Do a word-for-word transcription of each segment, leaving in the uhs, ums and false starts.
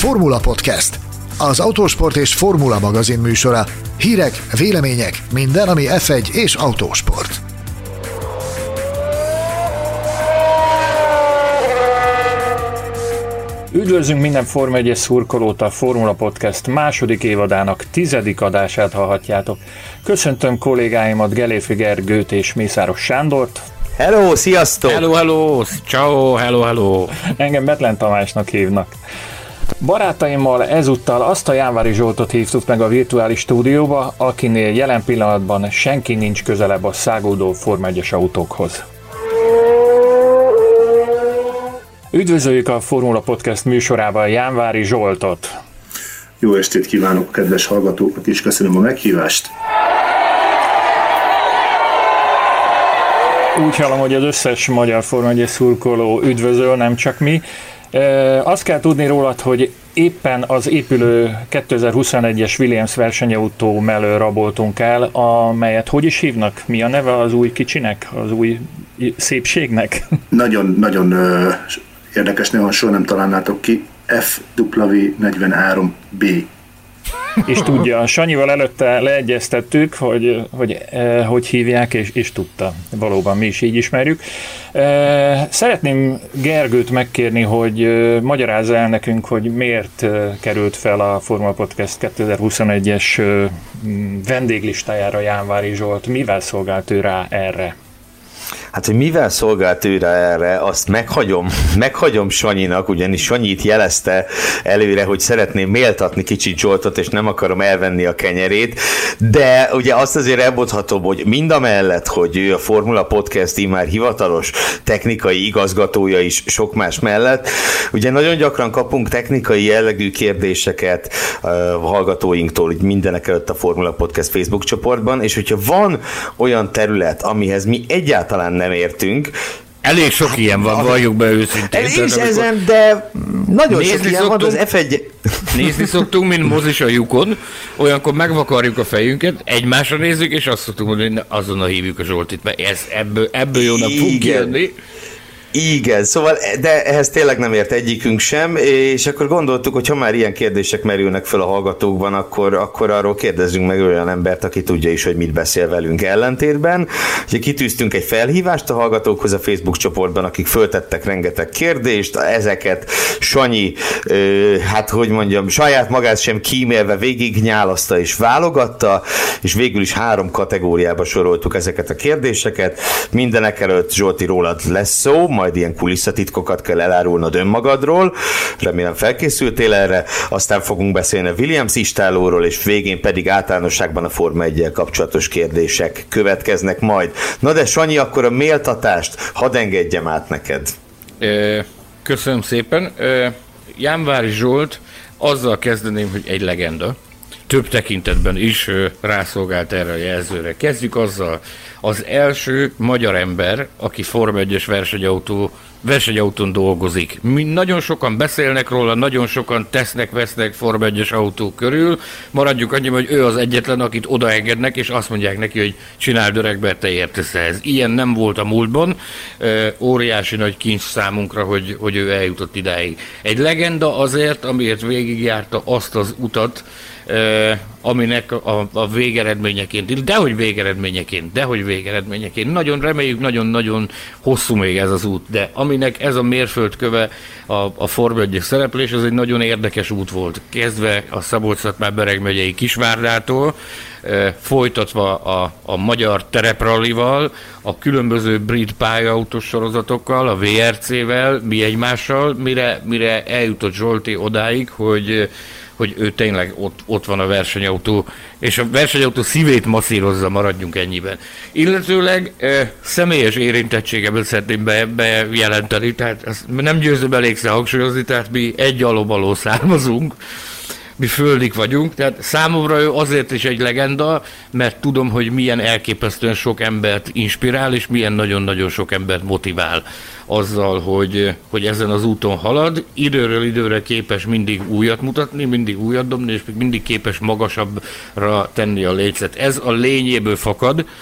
Formula Podcast, az autósport és formula magazin műsora. Hírek, vélemények, minden, ami ef egy és autósport. Üdvözlünk minden Forma egyes szurkolót, a Formula Podcast második évadának tizedik adását hallhatjátok. Köszöntöm kollégáimat, Gellérfi Gergőt és Mészáros Sándort. Hello, sziasztok! Hello, hello! Ciao, hello, hello! Engem Betlen Tamásnak hívnak. Barátaimmal ezúttal azt a Jánvári Zsoltot hívtuk meg a virtuális stúdióba, akinél jelen pillanatban senki nincs közelebb a száguldó Forma egyes autókhoz. Üdvözöljük a Formula Podcast műsorában Jánvári Zsoltot. Jó estét kívánok, kedves hallgatóknak, és köszönöm a meghívást. Úgy hallom, hogy az összes magyar Forma egyes szurkoló üdvözöl, nem csak mi. E, azt kell tudni rólad, hogy éppen az épülő kétezer-huszonegyes Williams versenyautó mellől raboltunk el, amelyet hogy is hívnak? Mi a neve az új kicsinek, az új szépségnek? Nagyon, nagyon ö, érdekes neven, soha nem találnátok ki. ef dupla-vé negyvenhárom bé. És tudja, Sanyival előtte leegyeztettük, hogy hogy, eh, hogy hívják, és, és tudta. Valóban mi is így ismerjük. Eh, szeretném Gergőt megkérni, hogy eh, magyarázza el nekünk, hogy miért eh, került fel a Formula Podcast kétezer-huszonegyes eh, vendéglistájára Jánvári Zsolt. Mivel szolgált ő rá erre? Hát, hogy mivel szolgált őre erre, azt meghagyom, meghagyom Sanyinak, ugyanis Sanyit jelezte előre, hogy szeretném méltatni kicsit Zsoltot, és nem akarom elvenni a kenyerét, de ugye azt azért elmondhatom, hogy mindamellett, hogy ő a Formula Podcast immár hivatalos technikai igazgatója is sok más mellett, ugye nagyon gyakran kapunk technikai jellegű kérdéseket a hallgatóinktól, így mindenek előtt a Formula Podcast Facebook csoportban, és hogyha van olyan terület, amihez mi egyáltalán nem értünk. Elég sok hát, ilyen van, valljuk be őszintén. És ezen, de nagyon sok ilyen van, az ef egy... Nézni szoktunk, mint mozis a lyukon, olyankor megvakarjuk a fejünket, egymásra nézzük, és azt szoktunk mondani, hogy azonnal hívjuk a Zsoltit, mert ez, ebből, ebből jónak fog kijönni. Igen, szóval, de ehhez tényleg nem ért egyikünk sem, és akkor gondoltuk, hogy ha már ilyen kérdések merülnek fel a hallgatókban, akkor, akkor arról kérdezzünk meg olyan embert, aki tudja is, hogy mit beszél velünk ellentétben. Úgyhogy kitűztünk egy felhívást a hallgatókhoz a Facebook csoportban, akik föltettek rengeteg kérdést, ezeket Sanyi, hát hogy mondjam, saját magát sem kímélve végig nyálaszta és válogatta, és végül is három kategóriába soroltuk ezeket a kérdéseket. Mindenek előtt, Zsolti, rólad lesz szó, majd ilyen kulisszatitkokat kell elárulnod önmagadról, remélem felkészültél erre, aztán fogunk beszélni a Williams istálóról, és végén pedig általánosságban a Forma egyel kapcsolatos kérdések következnek majd. Na de Sanyi, akkor a méltatást hadd engedjem át neked. Köszönöm szépen. Jánvári Zsolt, azzal kezdeném, hogy egy legenda. Több tekintetben is rászolgált erre a jelzőre. Kezdjük azzal, az első magyar ember, aki Forma egyes versenyautó, versenyautón dolgozik. Mi nagyon sokan beszélnek róla, nagyon sokan tesznek, vesznek Forma egyes autók körül. Maradjuk annyiban, hogy ő az egyetlen, akit odaengednek, és azt mondják neki, hogy csináld öregbe, te értesz ehhez. Ilyen nem volt a múltban. Óriási nagy kincs számunkra, hogy, hogy ő eljutott idáig. Egy legenda azért, amiért végigjárta azt az utat, Uh, aminek a, a végeredményeként, dehogy végeredményeként, dehogy végeredményeként. Nagyon reméljük, nagyon-nagyon hosszú még ez az út, de aminek ez a mérföldköve a, a Forma egyes szereplés, az egy nagyon érdekes út volt. Kezdve a Szabolcs-Szatmár-Bereg megyei Kisvárdától, uh, folytatva a, a magyar tereprallival, a különböző brit pályautós sorozatokkal, a vé er cé-vel, mi egymással, mire, mire eljutott Zsolti odáig, hogy hogy ő tényleg ott, ott van a versenyautó, és a versenyautó szívét masszírozza, maradjunk ennyiben. Illetőleg e, személyes érintettségeből szeretném be, bejelenteni, tehát ezt nem győzöm elégszer hangsúlyozni, tehát mi egy alóbaló származunk, mi földik vagyunk, tehát számomra ő azért is egy legenda, mert tudom, hogy milyen elképesztően sok embert inspirál, és milyen nagyon-nagyon sok embert motivál azzal, hogy, hogy ezen az úton halad. Időről időre képes mindig újat mutatni, mindig újat dobni, és mindig képes magasabbra tenni a lécet. Ez a lényéből fakad.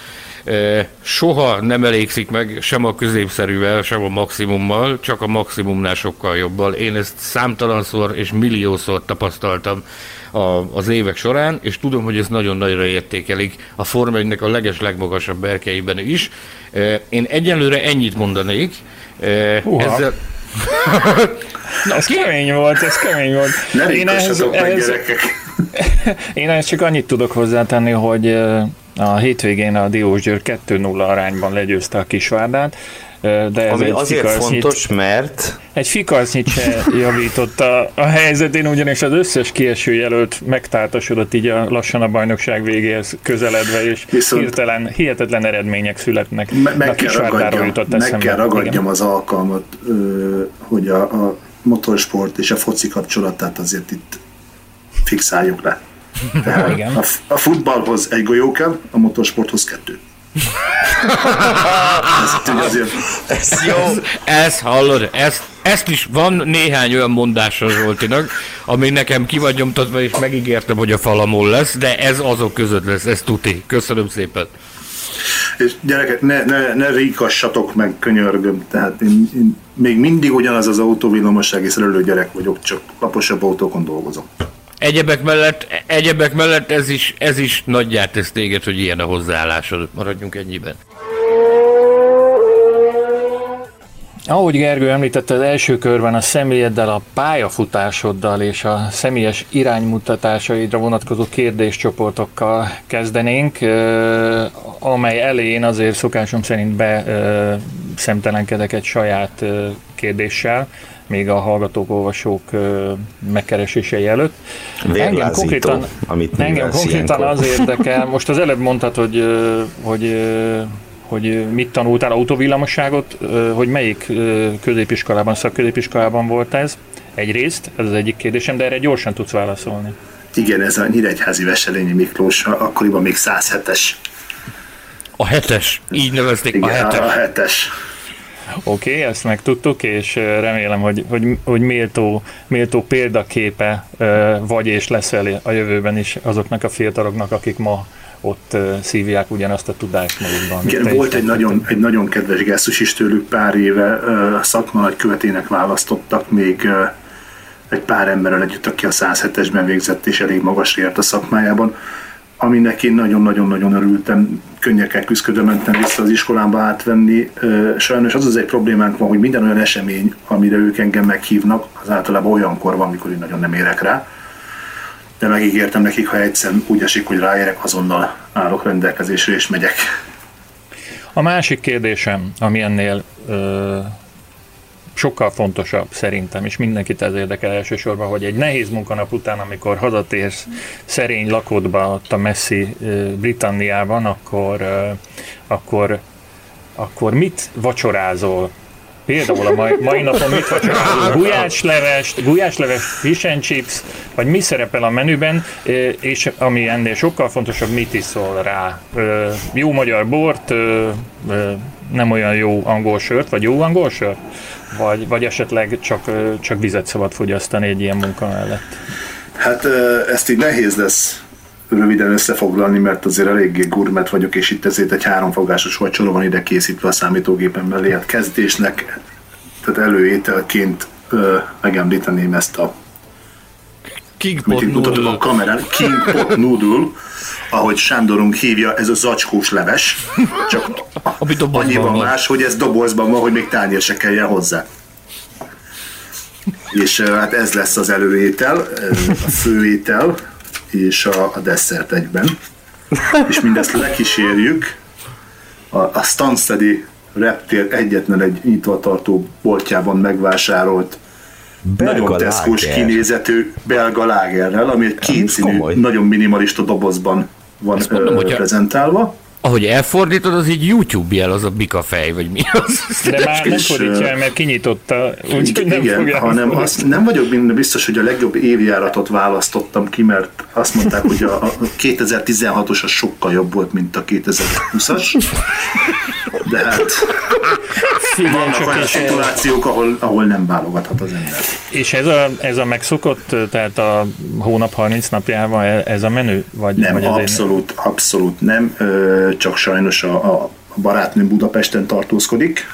soha nem elégszik meg sem a középszerűvel, sem a maximummal, csak a maximumnál sokkal jobbal. Én ezt számtalanszor és milliószor tapasztaltam az évek során, és tudom, hogy ez nagyon nagyra értékelik a Forma egynek a leges legmagasabb berkeiben is. Én egyelőre ennyit mondanék. Uha. Ezzel... Na, ez kemény volt, ez kemény volt. Ne rikkossatok meg, ehhez... gyerekek. Én ezt csak annyit tudok hozzátenni, hogy a hétvégén a Diósgyőr kettő nulla arányban legyőzte a Kisvárdát, de ez ami egy azért fontos, mert... Egy fikarcnyit se javította a helyzetén, ugyanis az összes kieső jelölt megtáltasodott így a lassan a bajnokság végéhez közeledve, és hirtelen, hihetetlen eredmények születnek. Me- meg kell ragadjam, meg kell ragadjam az alkalmat, hogy a, a motorsport és a foci kapcsolatát azért itt fixáljuk le. Igen. A, a futballhoz egy golyó kell, a motorsporthoz kettő. ez, azért... ez jó. Ez, ez hallod, ez, ezt is van néhány olyan mondása Zsoltinak, ami nekem ki van nyomtatva, és megígértem, hogy a falamon lesz, de ez azok között lesz, ez tuti. Köszönöm szépen. És gyerekek, ne, ne, ne ríkassatok meg, könyörgöm, tehát én, én még mindig ugyanaz az autóvillamossági szerelő gyerek vagyok, csak laposabb autókon dolgozom. Egyebek mellett, egyebek mellett ez is, ez is nagyját tesz téged, hogy ilyen a hozzáállásod. Maradjunk ennyiben. Ahogy Gergő említette, az első körben a személyeddel, a pályafutásoddal és a személyes iránymutatásaidra vonatkozó kérdéscsoportokkal kezdenénk, amely elején azért szokásom szerint be szemtelenkedek egy saját kérdéssel, még a hallgatók, olvasók megkeresései előtt. Engem konkrétan, amit engem konkrétan az érdekel, most az előbb mondtad, hogy, hogy, hogy mit tanultál, autóvillamosságot, hogy melyik középiskolában, szakközépiskolában volt ez? Egyrészt, ez az egyik kérdésem, de erre gyorsan tudsz válaszolni. Igen, ez a Nyíregyházi Veselényi Miklós, akkoriban még száz hetes. A hetes, így nevezték. Igen, a hetes. A hetes. Oké, okay, ezt megtudtuk, és remélem, hogy, hogy, hogy méltó, méltó példaképe vagy és leszel a jövőben is azoknak a fiataloknak, akik ma ott szívják ugyanazt a tudást magukban. Igen, volt egy nagyon, egy nagyon kedves gesztus is tőlük pár éve, szakma nagykövetének választottak még egy pár emberrel együtt, aki a száz hetesben végzett és elég magasra ért a szakmájában, aminek én nagyon-nagyon-nagyon örültem, könnyekkel küzdködve mentem vissza az iskolába átvenni. Sajnos az az egy problémánk van, hogy minden olyan esemény, amire ők engem meghívnak, az általában olyankor van, amikor én nagyon nem érek rá. De megígértem nekik, ha egyszer úgy esik, hogy ráérek, azonnal állok rendelkezésre és megyek. A másik kérdésem, ami ennél ö, sokkal fontosabb szerintem, és mindenkit ez érdekel elsősorban, hogy egy nehéz munkanap után, amikor hazatérsz szerény lakodba ott a messzi Britanniában, akkor, akkor, akkor mit vacsorázol? Például a mai, mai napon mit vacsorázol? Gulyáslevest, gulyáslevest, fish and chips, vagy mi szerepel a menüben, és ami ennél sokkal fontosabb, mit iszol rá? Jó magyar bort, nem olyan jó angol sört, vagy jó angol sört? Vagy, vagy esetleg csak, csak vizet szabad fogyasztani egy ilyen munka mellett? Hát ezt így nehéz lesz röviden összefoglalni, mert azért eléggé gurmet vagyok, és itt ezért egy háromfogásos vacsora van ide készítve a számítógépen mellé. Hát kezdésnek, tehát előételként ö, megemlíteném ezt a King Pot Noodle. A kamerán, King Pot Noodle, ahogy Sándorunk hívja, ez a zacskós leves, csak annyiban más, hogy ez dobozban van, hogy még tányér se kelljen hozzá. És hát ez lesz az előétel, a főétel és a, a desszert egyben. És mindezt lekísérjük a, a Stansted Reptér egyetlen egy nyitvatartó boltjában megvásárolt belga nagyon teszkós kinézetű belga lágerrel, ami egy kétszínű, nagyon minimalista dobozban van mondom, ö, prezentálva. Ahogy elfordítod, az így YouTube jel, az a bikafej, vagy mi az? De már nem fordítja el, mert kinyitotta, úgyhogy nem igen, fogja hanem azt, nem vagyok benne biztos, hogy a legjobb évjáratot választottam ki, mert azt mondták, hogy a, a kétezer-tizenhatos az sokkal jobb volt, mint a kétezer-húszas. De hát vannak olyan szituációk, ahol, ahol nem válogathat az ember. És ez a, ez a megszokott, tehát a hónap harminc napjával ez a menü? Vagy, nem, vagy abszolút, egy... abszolút nem, csak sajnos a, a barátnőm Budapesten tartózkodik,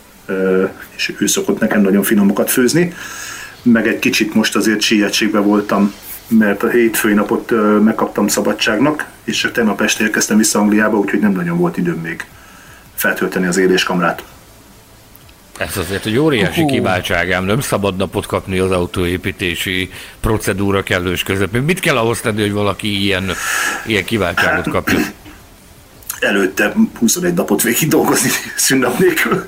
és ő szokott nekem nagyon finomokat főzni, meg egy kicsit most azért sietségben voltam, mert a hétfői napot megkaptam szabadságnak, és csak tegnap este érkeztem vissza Angliába, úgyhogy nem nagyon volt időm még feltölteni az éléskamrát. Ez azért egy óriási uh-huh. kiváltság, ám nem szabad napot kapni az autóépítési procedúra kellős közepén. Mit kell ahhoz tenni, hogy valaki ilyen, ilyen kiváltságot kapja? Előtte huszonegy napot végig dolgozni szünnap nélkül.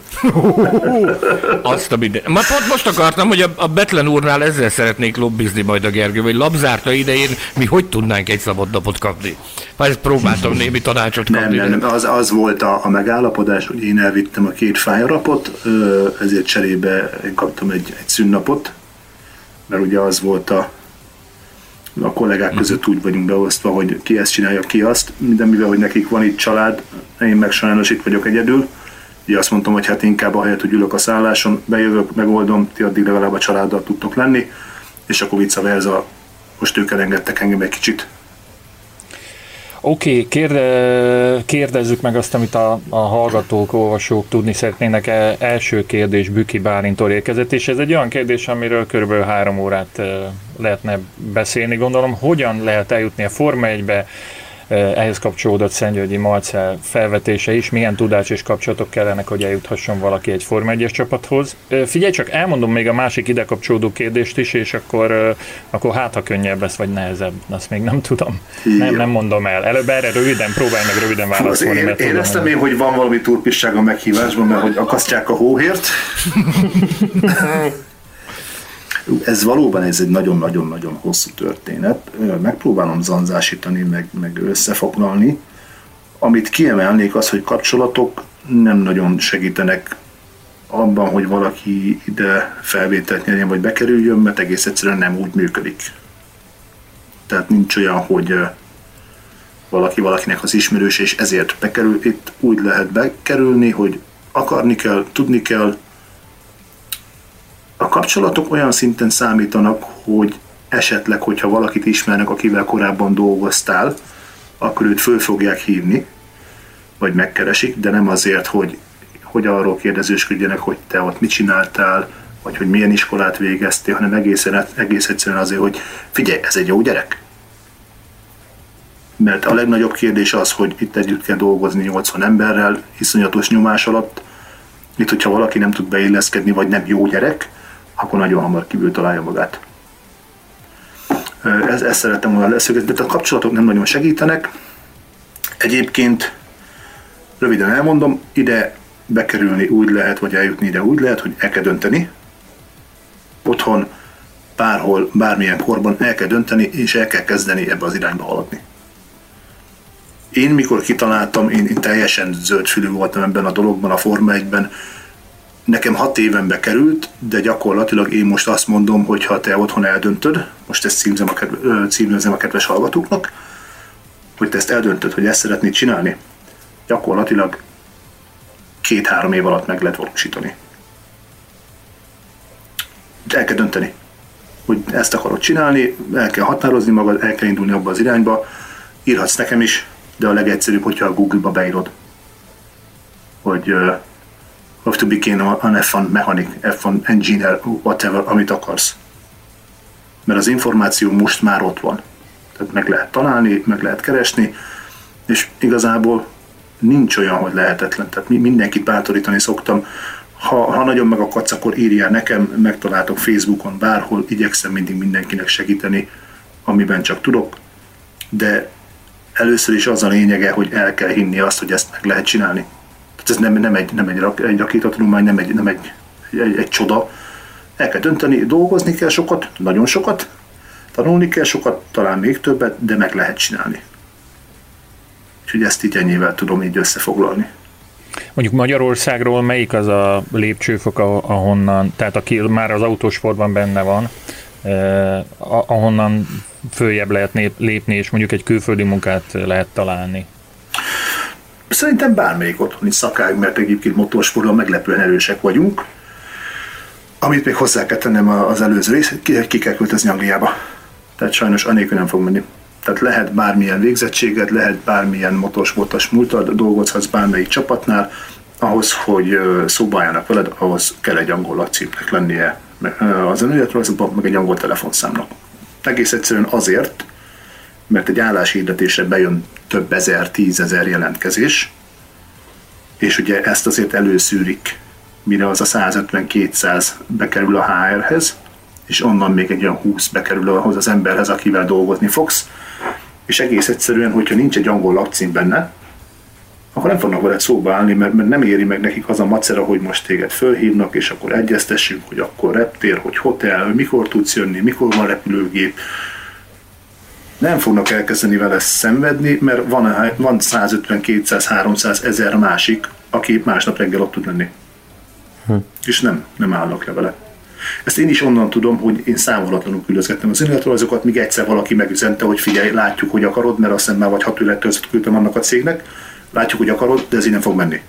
Azt a minden. Ma pont most akartam, hogy a, a Betlen úrnál ezzel szeretnék lobbizni majd a Gergő, hogy labzárta idején mi hogy tudnánk egy szabad napot kapni. Már ezt próbáltam némi tanácsot kapni. Nem, nem, nem. Az, az volt a, a megállapodás, hogy én elvittem a két fájarapot, ezért cserébe kaptam egy, egy szünnapot, mert ugye az volt a a kollégák között úgy vagyunk beosztva, hogy ki ezt csinálja, ki azt, de mivel, hogy nekik van itt család, én meg sajnos itt vagyok egyedül, ugye azt mondtam, hogy hát inkább ahelyett, hogy ülök a szálláson, bejövök, megoldom, ti addig legalább a családdal tudtok lenni, és akkor vice versa, most ők elengedtek engem egy kicsit. Oké, okay, kérde, kérdezzük meg azt, amit a, a hallgatók, olvasók tudni szeretnének. Első kérdés Büki Bálintól érkezett, és ez egy olyan kérdés, amiről körülbelül három órát lehetne beszélni. Gondolom, hogyan lehet eljutni a Forma egybe, ehhez kapcsolódott Szentgyörgyi Marcell felvetése is, milyen tudás és kapcsolatok kellenek, hogy eljuthasson valaki egy Forma egyes csapathoz. Figyelj csak, elmondom még a másik ide kapcsolódó kérdést is, és akkor, akkor hát ha könnyebb lesz, vagy nehezebb, azt még nem tudom. Nem, nem mondom el. Előbb erre röviden, próbálj meg röviden válaszolni. Én, éreztem én, hogy van valami turpisság a meghívásban, mert hogy akasztják a hóhért. Ez valóban ez egy nagyon-nagyon-nagyon hosszú történet. Megpróbálom zanzásítani, meg, meg összefoglalni. Amit kiemelnék az, hogy kapcsolatok nem nagyon segítenek abban, hogy valaki ide felvételt nyerjen, vagy bekerüljön, mert egész egyszerűen nem úgy működik. Tehát nincs olyan, hogy valaki valakinek az ismerős, és ezért bekerül. Itt úgy lehet bekerülni, hogy akarni kell, tudni kell. A kapcsolatok olyan szinten számítanak, hogy esetleg, hogyha valakit ismernek, akivel korábban dolgoztál, akkor őt föl fogják hívni, vagy megkeresik, de nem azért, hogy, hogy arról kérdezősködjenek, hogy te ott mit csináltál, vagy hogy milyen iskolát végeztél, hanem egészen, egész egyszerűen azért, hogy figyelj, ez egy jó gyerek. Mert a legnagyobb kérdés az, hogy itt együtt kell dolgozni nyolcvan emberrel, iszonyatos nyomás alatt. Itt, hogyha valaki nem tud beilleszkedni, vagy nem jó gyerek, akkor nagyon hamar kívül találja magát. Ez, ezt szerettem volna leszögezni, de a kapcsolatok nem nagyon segítenek. Egyébként, röviden elmondom, ide bekerülni úgy lehet, vagy eljutni ide úgy lehet, hogy el kell dönteni. Otthon, bárhol, bármilyen korban el kell dönteni, és el kell kezdeni ebbe az irányba haladni. Én mikor kitaláltam, én, én teljesen zöldfülű voltam ebben a dologban, a Forma egyben. Nekem hat évenbe került, de gyakorlatilag én most azt mondom, hogy ha te otthon eldöntöd, most ezt címzem a, kedve, címzem a kedves hallgatóknak, hogy te ezt eldöntöd, hogy ezt szeretnéd csinálni, gyakorlatilag két-három év alatt meg lehet valósítani. El kell dönteni, hogy ezt akarod csinálni, el kell határozni magad, el kell indulni abba az irányba, írhatsz nekem is, de a legegyszerűbb, hogyha a Google-ba beírod, hogy uh, have to become an ef egy mechanic, ef egy engineer, whatever, amit akarsz. Mert az információ most már ott van. Tehát meg lehet találni, meg lehet keresni, és igazából nincs olyan, hogy lehetetlen. Tehát mindenkit bátorítani szoktam. Ha, ha nagyon meg akadsz, akkor írjál nekem, megtaláltok Facebookon, bárhol, igyekszem mindig mindenkinek segíteni, amiben csak tudok, de először is az a lényege, hogy el kell hinni azt, hogy ezt meg lehet csinálni. Tehát ez nem, nem egy, nem egy, egy rakétatanulmány, nem, egy, nem egy, egy, egy csoda. El kell dönteni, dolgozni kell sokat, nagyon sokat, tanulni kell sokat, talán még többet, de meg lehet csinálni. Úgyhogy ezt így ennyivel tudom így összefoglalni. Mondjuk Magyarországról melyik az a lépcsőfok, ahonnan, tehát aki már az autósportban benne van, eh, ahonnan följebb lehet lépni, és mondjuk egy külföldi munkát lehet találni? Szerintem bármelyik otthoni szakág, mert egyébként motorsportban meglepően erősek vagyunk. Amit még hozzá kell tennem az előző rész, ki, ki kell költözni Angliába. Tehát sajnos anélkül nem fog menni. Tehát lehet bármilyen végzettséged, lehet bármilyen motorsportos múltad, dolgozhatsz bármelyik csapatnál, ahhoz, hogy szóba álljanak veled, ahhoz kell egy angol lakcímnek lennie az önéletrajzokban, meg egy angol telefonszámnak. Egész egyszerűen azért, mert egy álláshirdetésre bejön több ezer, tízezer jelentkezés, és ugye ezt azért előszűrik, mire az a százötven-kétszáz bekerül a há erhez, és onnan még egy olyan húsz bekerül ahhoz az emberhez, akivel dolgozni fogsz, és egész egyszerűen, hogyha nincs egy angol lakcím benne, akkor nem fognak veled szóba állni, mert, mert nem éri meg nekik az a macera, hogy most téged fölhívnak, és akkor egyeztessünk, hogy akkor reptér, hogy hotel, mikor tudsz jönni, mikor van repülőgép. Nem fognak elkezdeni vele szenvedni, mert van, van százötven-kétszáz-háromszáz ezer másik, aki másnap reggel ott tud lenni. Hm. És nem, nem állnak le vele. Ezt én is onnan tudom, hogy én számolatlanul küldözgettem az önéletrajzokat, míg egyszer valaki megüzente, hogy figyelj, látjuk, hogy akarod, mert azt hiszem már vagy hat élettőzet küldtem annak a cégnek, látjuk, hogy akarod, de ez így nem fog menni.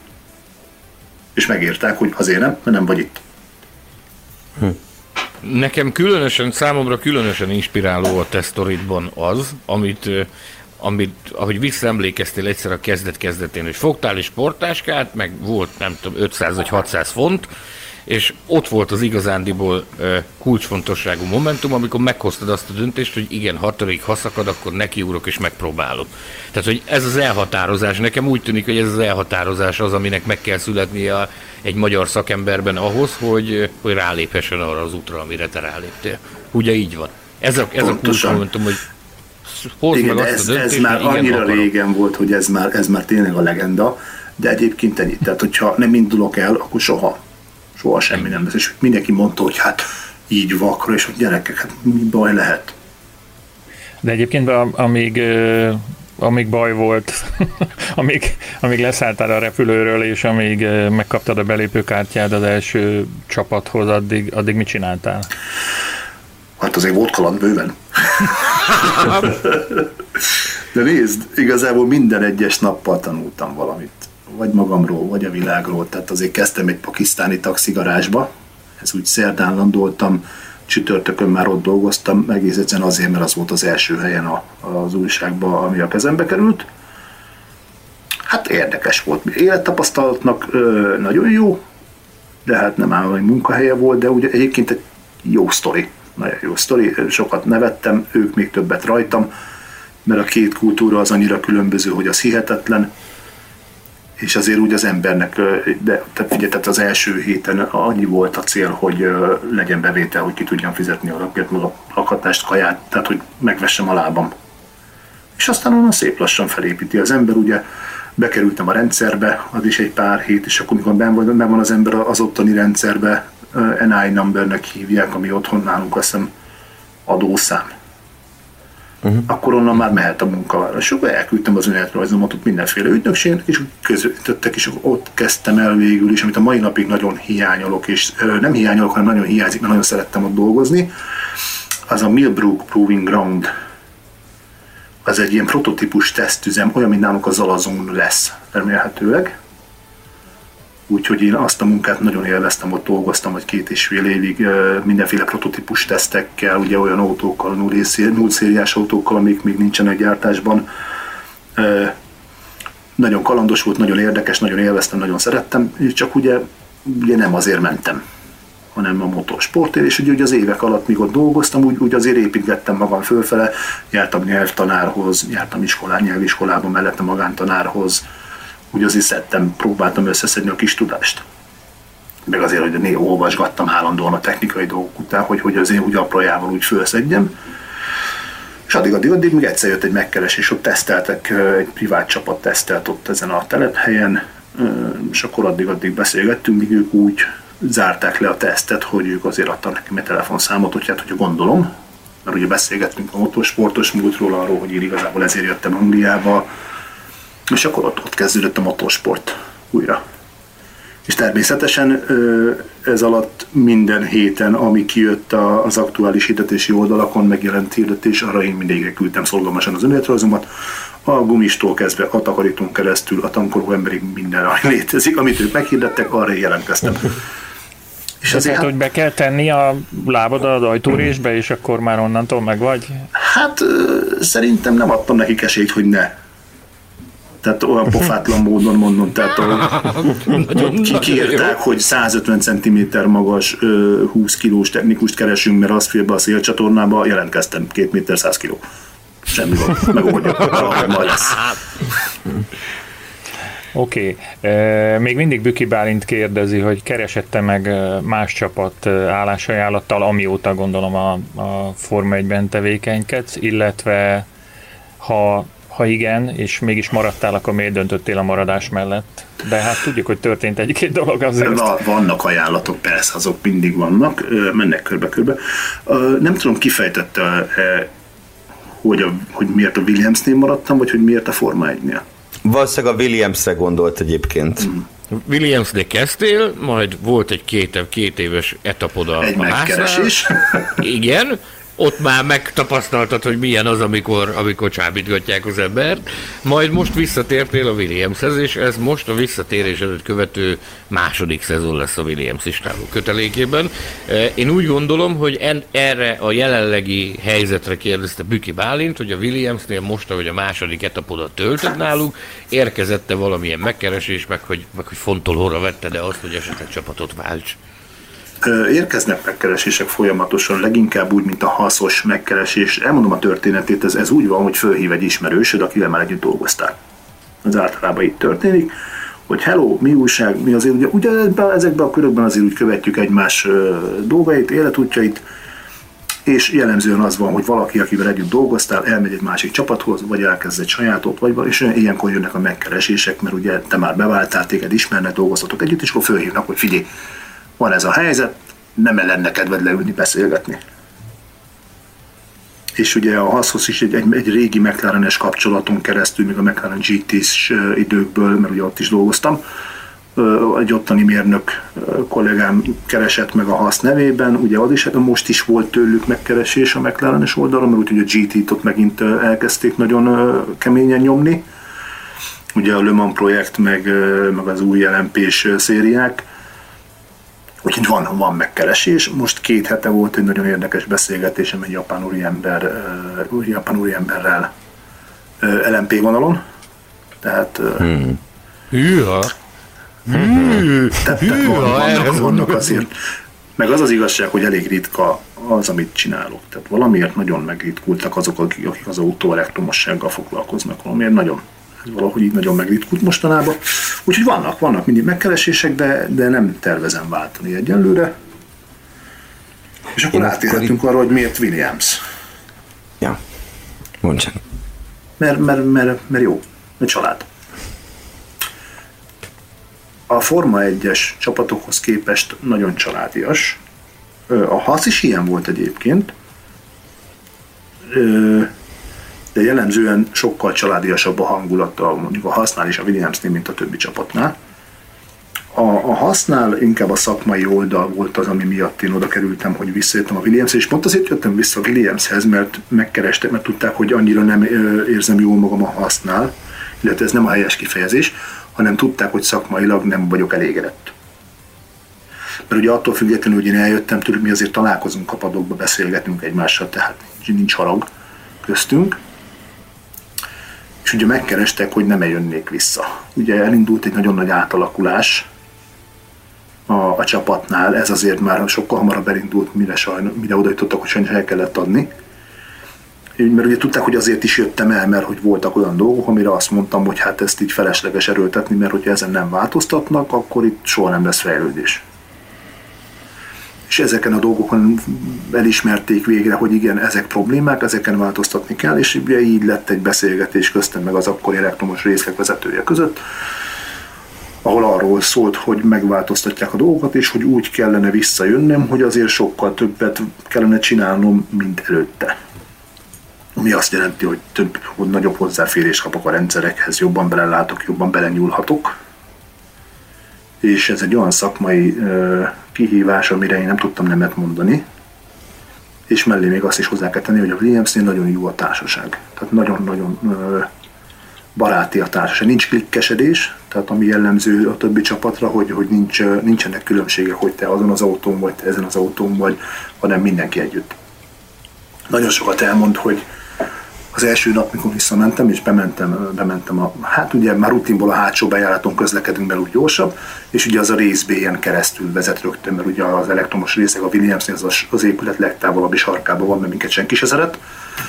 És megírták, hogy azért nem, mert nem vagy itt. Hm. Nekem különösen, számomra különösen inspiráló a te sztoridban az, amit, amit, ahogy visszaemlékeztél egyszer a kezdet-kezdetén, hogy fogtál egy sporttáskát, meg volt nem tudom ötszáz vagy hatszáz font, és ott volt az igazándiból uh, kulcsfontosságú momentum, amikor meghoztad azt a döntést, hogy igen, hatodik, ha szakad, akkor nekiugrok és megpróbálom. Tehát, hogy ez az elhatározás, nekem úgy tűnik, hogy ez az elhatározás az, aminek meg kell születnie egy magyar szakemberben ahhoz, hogy, hogy ráléphessen arra az útra, amire te ráléptél. Ugye így van. Ez a, ez a kulcsmomentum, hogy hozd igen, meg azt ez, a döntést, ez már igen, annyira akarom. régen volt, hogy ez már, ez már tényleg a legenda, de egyébként ennyi. Tehát, hogyha nem indulok el, akkor soha. Soha semmi nem lesz. És mindenki mondta, hogy hát így vakra, és hogy gyerekek, hát mi baj lehet. De egyébként amíg, amíg baj volt, amíg, amíg leszálltál a repülőről, és amíg megkaptad a belépőkártyád az első csapathoz, addig, addig mit csináltál? Hát azért volt kaland bőven. De nézd, igazából minden egyes nappal tanultam valamit. Vagy magamról, vagy a világról. Tehát azért kezdtem egy pakisztáni taxigarázsba, ez úgy szerdán landoltam, csütörtökön már ott dolgoztam, egész egyszerűen azért, mert az volt az első helyen a, az újságban, ami a kezembe került. Hát érdekes volt. Élettapasztalatnak ö, nagyon jó, de hát nem állami munkahelye volt, de ugye egyébként egy jó sztori. Nagyon jó sztori, sokat nevettem, ők még többet rajtam, mert a két kultúra az annyira különböző, hogy az hihetetlen. És azért úgy az embernek, de tehát figyelj, tehát az első héten annyi volt a cél, hogy legyen bevétel, hogy ki tudjam fizetni a lakbért, meg a lakhatást, kaját, tehát hogy megvessem a lábam. És aztán onnan szép lassan felépíti az ember, ugye bekerültem a rendszerbe, az is egy pár hét, és akkor mikor benn van, benn van az ember az ottani rendszerbe, en i numbernek hívják, ami otthon nálunk azt hiszem adószám. Uh-huh. Akkor onnan már mehet a munkavállal. És akkor elküldtem az önéletrajzomat ott mindenféle ügynökségnek, és közöltöttek, és ott kezdtem el végül is, amit a mai napig nagyon hiányolok, és ö, nem hiányolok, hanem nagyon hiányzik, mert nagyon szerettem ott dolgozni. Az a Millbrook Proving Ground. Az egy ilyen prototípus tesztüzem, olyan, mint nálunk a Zalazon lesz remélhetőleg. Úgyhogy én azt a munkát nagyon élveztem, ott dolgoztam, hogy két és fél évig mindenféle prototípus tesztekkel, ugye olyan autókkal, null szériás autókkal, amik még nincsenek gyártásban. Nagyon kalandos volt, nagyon érdekes, nagyon élveztem, nagyon szerettem, és csak ugye, ugye nem azért mentem, hanem a motorsportért, és ugye az évek alatt, míg ott dolgoztam, úgy, úgy azért építgettem magam fölfele, jártam nyelvtanárhoz, jártam iskolán, nyelviskolában mellette magántanárhoz, úgy azért szedtem, próbáltam összeszedni a kis tudást. Meg azért, hogy néha olvasgattam állandóan a technikai dolgok után, hogy, hogy az én úgy aprajával úgy fölszedjem. És addig, addig, addig még egyszer jött egy megkeresés, ott teszteltek, egy privát csapat tesztelt ott ezen a telephelyen, és akkor addig, addig beszélgettünk, míg ők úgy zárták le a tesztet, hogy ők azért adtak nekem egy telefonszámot, hogy hát, hogyha gondolom, mert ugye beszélgettünk a motorsportos múltról, arról, hogy én igazából ezért jöttem Angliába, és akkor ott, ott kezdődött a motorsport újra. És természetesen ez alatt minden héten, ami kijött az aktuális hirdetési oldalakon, megjelent hirdetés, arra én mindig küldtem szorgalmasan az önéletrajzomat. A gumistól kezdve a takarítón keresztül, a tankoló emberig minden, ami létezik, amit ők meghirdettek, arra én jelentkeztem. És azért, hát, hogy be kell tenni a lábad az ajtórésbe, és akkor már onnantól meg vagy? Hát szerintem nem adtam nekik esélyt, hogy ne. Tehát olyan pofátlan módon mondom, tehát kikérták, hogy százötven centiméter magas, húsz kilós technikust keresünk, mert azt fél be a szélcsatornába, jelentkeztem, két méter száz kiló. Semmi van, megoldjuk, majd lesz. Oké. Okay. Még mindig Büki Bálint kérdezi, hogy keresette meg más csapat állásajánlattal, amióta gondolom a, a Forma egyben tevékenykedsz, illetve ha, ha igen, és mégis maradtál, akkor miért döntöttél a maradás mellett? De hát tudjuk, hogy történt egy-két dolog azért. Vannak ajánlatok, persze, azok mindig vannak, mennek körbe-körbe. Nem tudom, kifejtette, hogy, a, hogy miért a Williamsnél maradtam, vagy hogy miért a Forma egynél. Valószínűleg a Williamsre gondolt egyébként. Mm. Williamsnél kezdtél, majd volt egy két, két éves etapod a, egy a megkeresés. Igen, ott már megtapasztaltad, hogy milyen az, amikor, amikor csábítgatják az embert, majd most visszatértél a Williamshez, és ez most a visszatérés előtt követő második szezon lesz a Williams istáló kötelékében. Én úgy gondolom, hogy en, erre a jelenlegi helyzetre kérdezte Büki Bálint, hogy a Williamsnél most, ahogy a második etapodat töltöd náluk, érkezette valamilyen megkeresés, meg hogy, meg hogy fontolóra vette, de azt, hogy esetleg csapatot válts. Érkeznek megkeresések folyamatosan, leginkább úgy, mint a haszos megkeresés. Elmondom a történetét, ez, ez úgy van, hogy fölhív egy ismerősöd, akivel már együtt dolgoztál. Az általában itt történik, hogy hello, mi újság, mi azért, ugye, ugye ezekben a körökben azért úgy követjük egymás dolgait, életútjait, és jellemzően az van, hogy valaki, akivel együtt dolgoztál, elmegy egy másik csapathoz, vagy elkezd egy sajátot, vagy és ilyenkor jönnek a megkeresések, mert ugye te már beváltál, téged ismernek, dolgoztatok együtt, és akkor fölhívnak, hogy figyelj, van ez a helyzet, nem lenne kedved leülni, beszélgetni. És ugye a haszhoz is egy, egy, egy régi McLaren-es kapcsolaton keresztül, még a McLaren gé té-s időkből, mert ugye ott is dolgoztam, egy ottani mérnök kollégám keresett meg a hasz nevében, ugye az is, most is volt tőlük megkeresés a McLaren-es oldalon, mert úgyhogy a gé té-t ott megint elkezdték nagyon keményen nyomni. Ugye a Le Mans projekt, meg, meg az új el em pés szériák. Úgyhogy van, van megkeresés. Most két hete volt egy nagyon érdekes beszélgetésem egy japán úriember, uh, japán úriemberrel uh, el em pé vonalon. Tehát... Hmm. Hűha! Hű! Tehát, tehát van, vannak, vannak azért. Meg az az igazság, hogy elég ritka az, amit csinálok. Tehát valamiért nagyon megritkultak azok, akik, akik az autó elektromossággal foglalkoznak. Valamiért nagyon. Valahogy így nagyon megritkult mostanában. Úgyhogy vannak, vannak mindig megkeresések, de, de nem tervezem váltani egyelőre. És akkor átérhetünk arra, hogy miért Williams. Ja, mondd csak. Mert, mert, mert, mert jó, egy család. A Forma egyes csapatokhoz képest nagyon családias. A Haas is ilyen volt egyébként. De jellemzően sokkal családiasabb a hangulata mondjuk a Haasnál és a Williamsnél, mint a többi csapatnál. A, a Haasnál inkább a szakmai oldal volt az, ami miatt én oda kerültem, hogy visszajöttem a Williamshez, és pont azért jöttem vissza a Williamshez, mert megkerestek, mert tudták, hogy annyira nem érzem jól magam a Haasnál, illetve ez nem a helyes kifejezés, hanem tudták, hogy szakmailag nem vagyok elégedett. Mert ugye attól függetlenül, hogy én eljöttem tőlük, mi azért találkozunk a padokba, beszélgetünk egymással, tehát nincs harag köztünk. És ugye megkerestek, hogy nem eljönnék vissza. Ugye elindult egy nagyon nagy átalakulás a, a csapatnál, ez azért már sokkal hamarabb elindult, mire, sajnos, mire oda jutottak, hogy sajnos el kellett adni. Mert ugye tudták, hogy azért is jöttem el, mert hogy voltak olyan dolgok, amire azt mondtam, hogy hát ezt így felesleges erőltetni, mert hogyha ezen nem változtatnak, akkor itt soha nem lesz fejlődés. És ezeken a dolgokon elismerték végre, hogy igen, ezek problémák, ezeken változtatni kell, és ugye így lett egy beszélgetés köztem meg az akkori elektromos részleg vezetője között, ahol arról szólt, hogy megváltoztatják a dolgokat, és hogy úgy kellene visszajönnöm, hogy azért sokkal többet kellene csinálnom, mint előtte. Ami azt jelenti, hogy több, hogy nagyobb hozzáférést kapok a rendszerekhez, jobban belelátok, jobban belenyúlhatok. és ez egy olyan szakmai kihívás, amire én nem tudtam nemet mondani, és mellé még azt is hozzá kell tenni, hogy a Williamsnél nagyon jó a társaság. Tehát nagyon-nagyon baráti a társaság. Nincs klikkesedés, tehát ami jellemző a többi csapatra, hogy, hogy nincs, nincsenek különbségek, hogy te azon az autón vagy, te ezen az autón vagy, hanem mindenki együtt. Nagyon sokat elmond, hogy az első nap, mikor visszamentem, és bementem, bementem a, hát ugye már rutinból a hátsó bejáraton közlekedünk belül úgy gyorsabb, és ugye az a részbélyen keresztül vezet rögtön, mert ugye az elektromos részek a Williamsnél az, az épület legtávolabbi sarkában van, mert minket senki se szeret.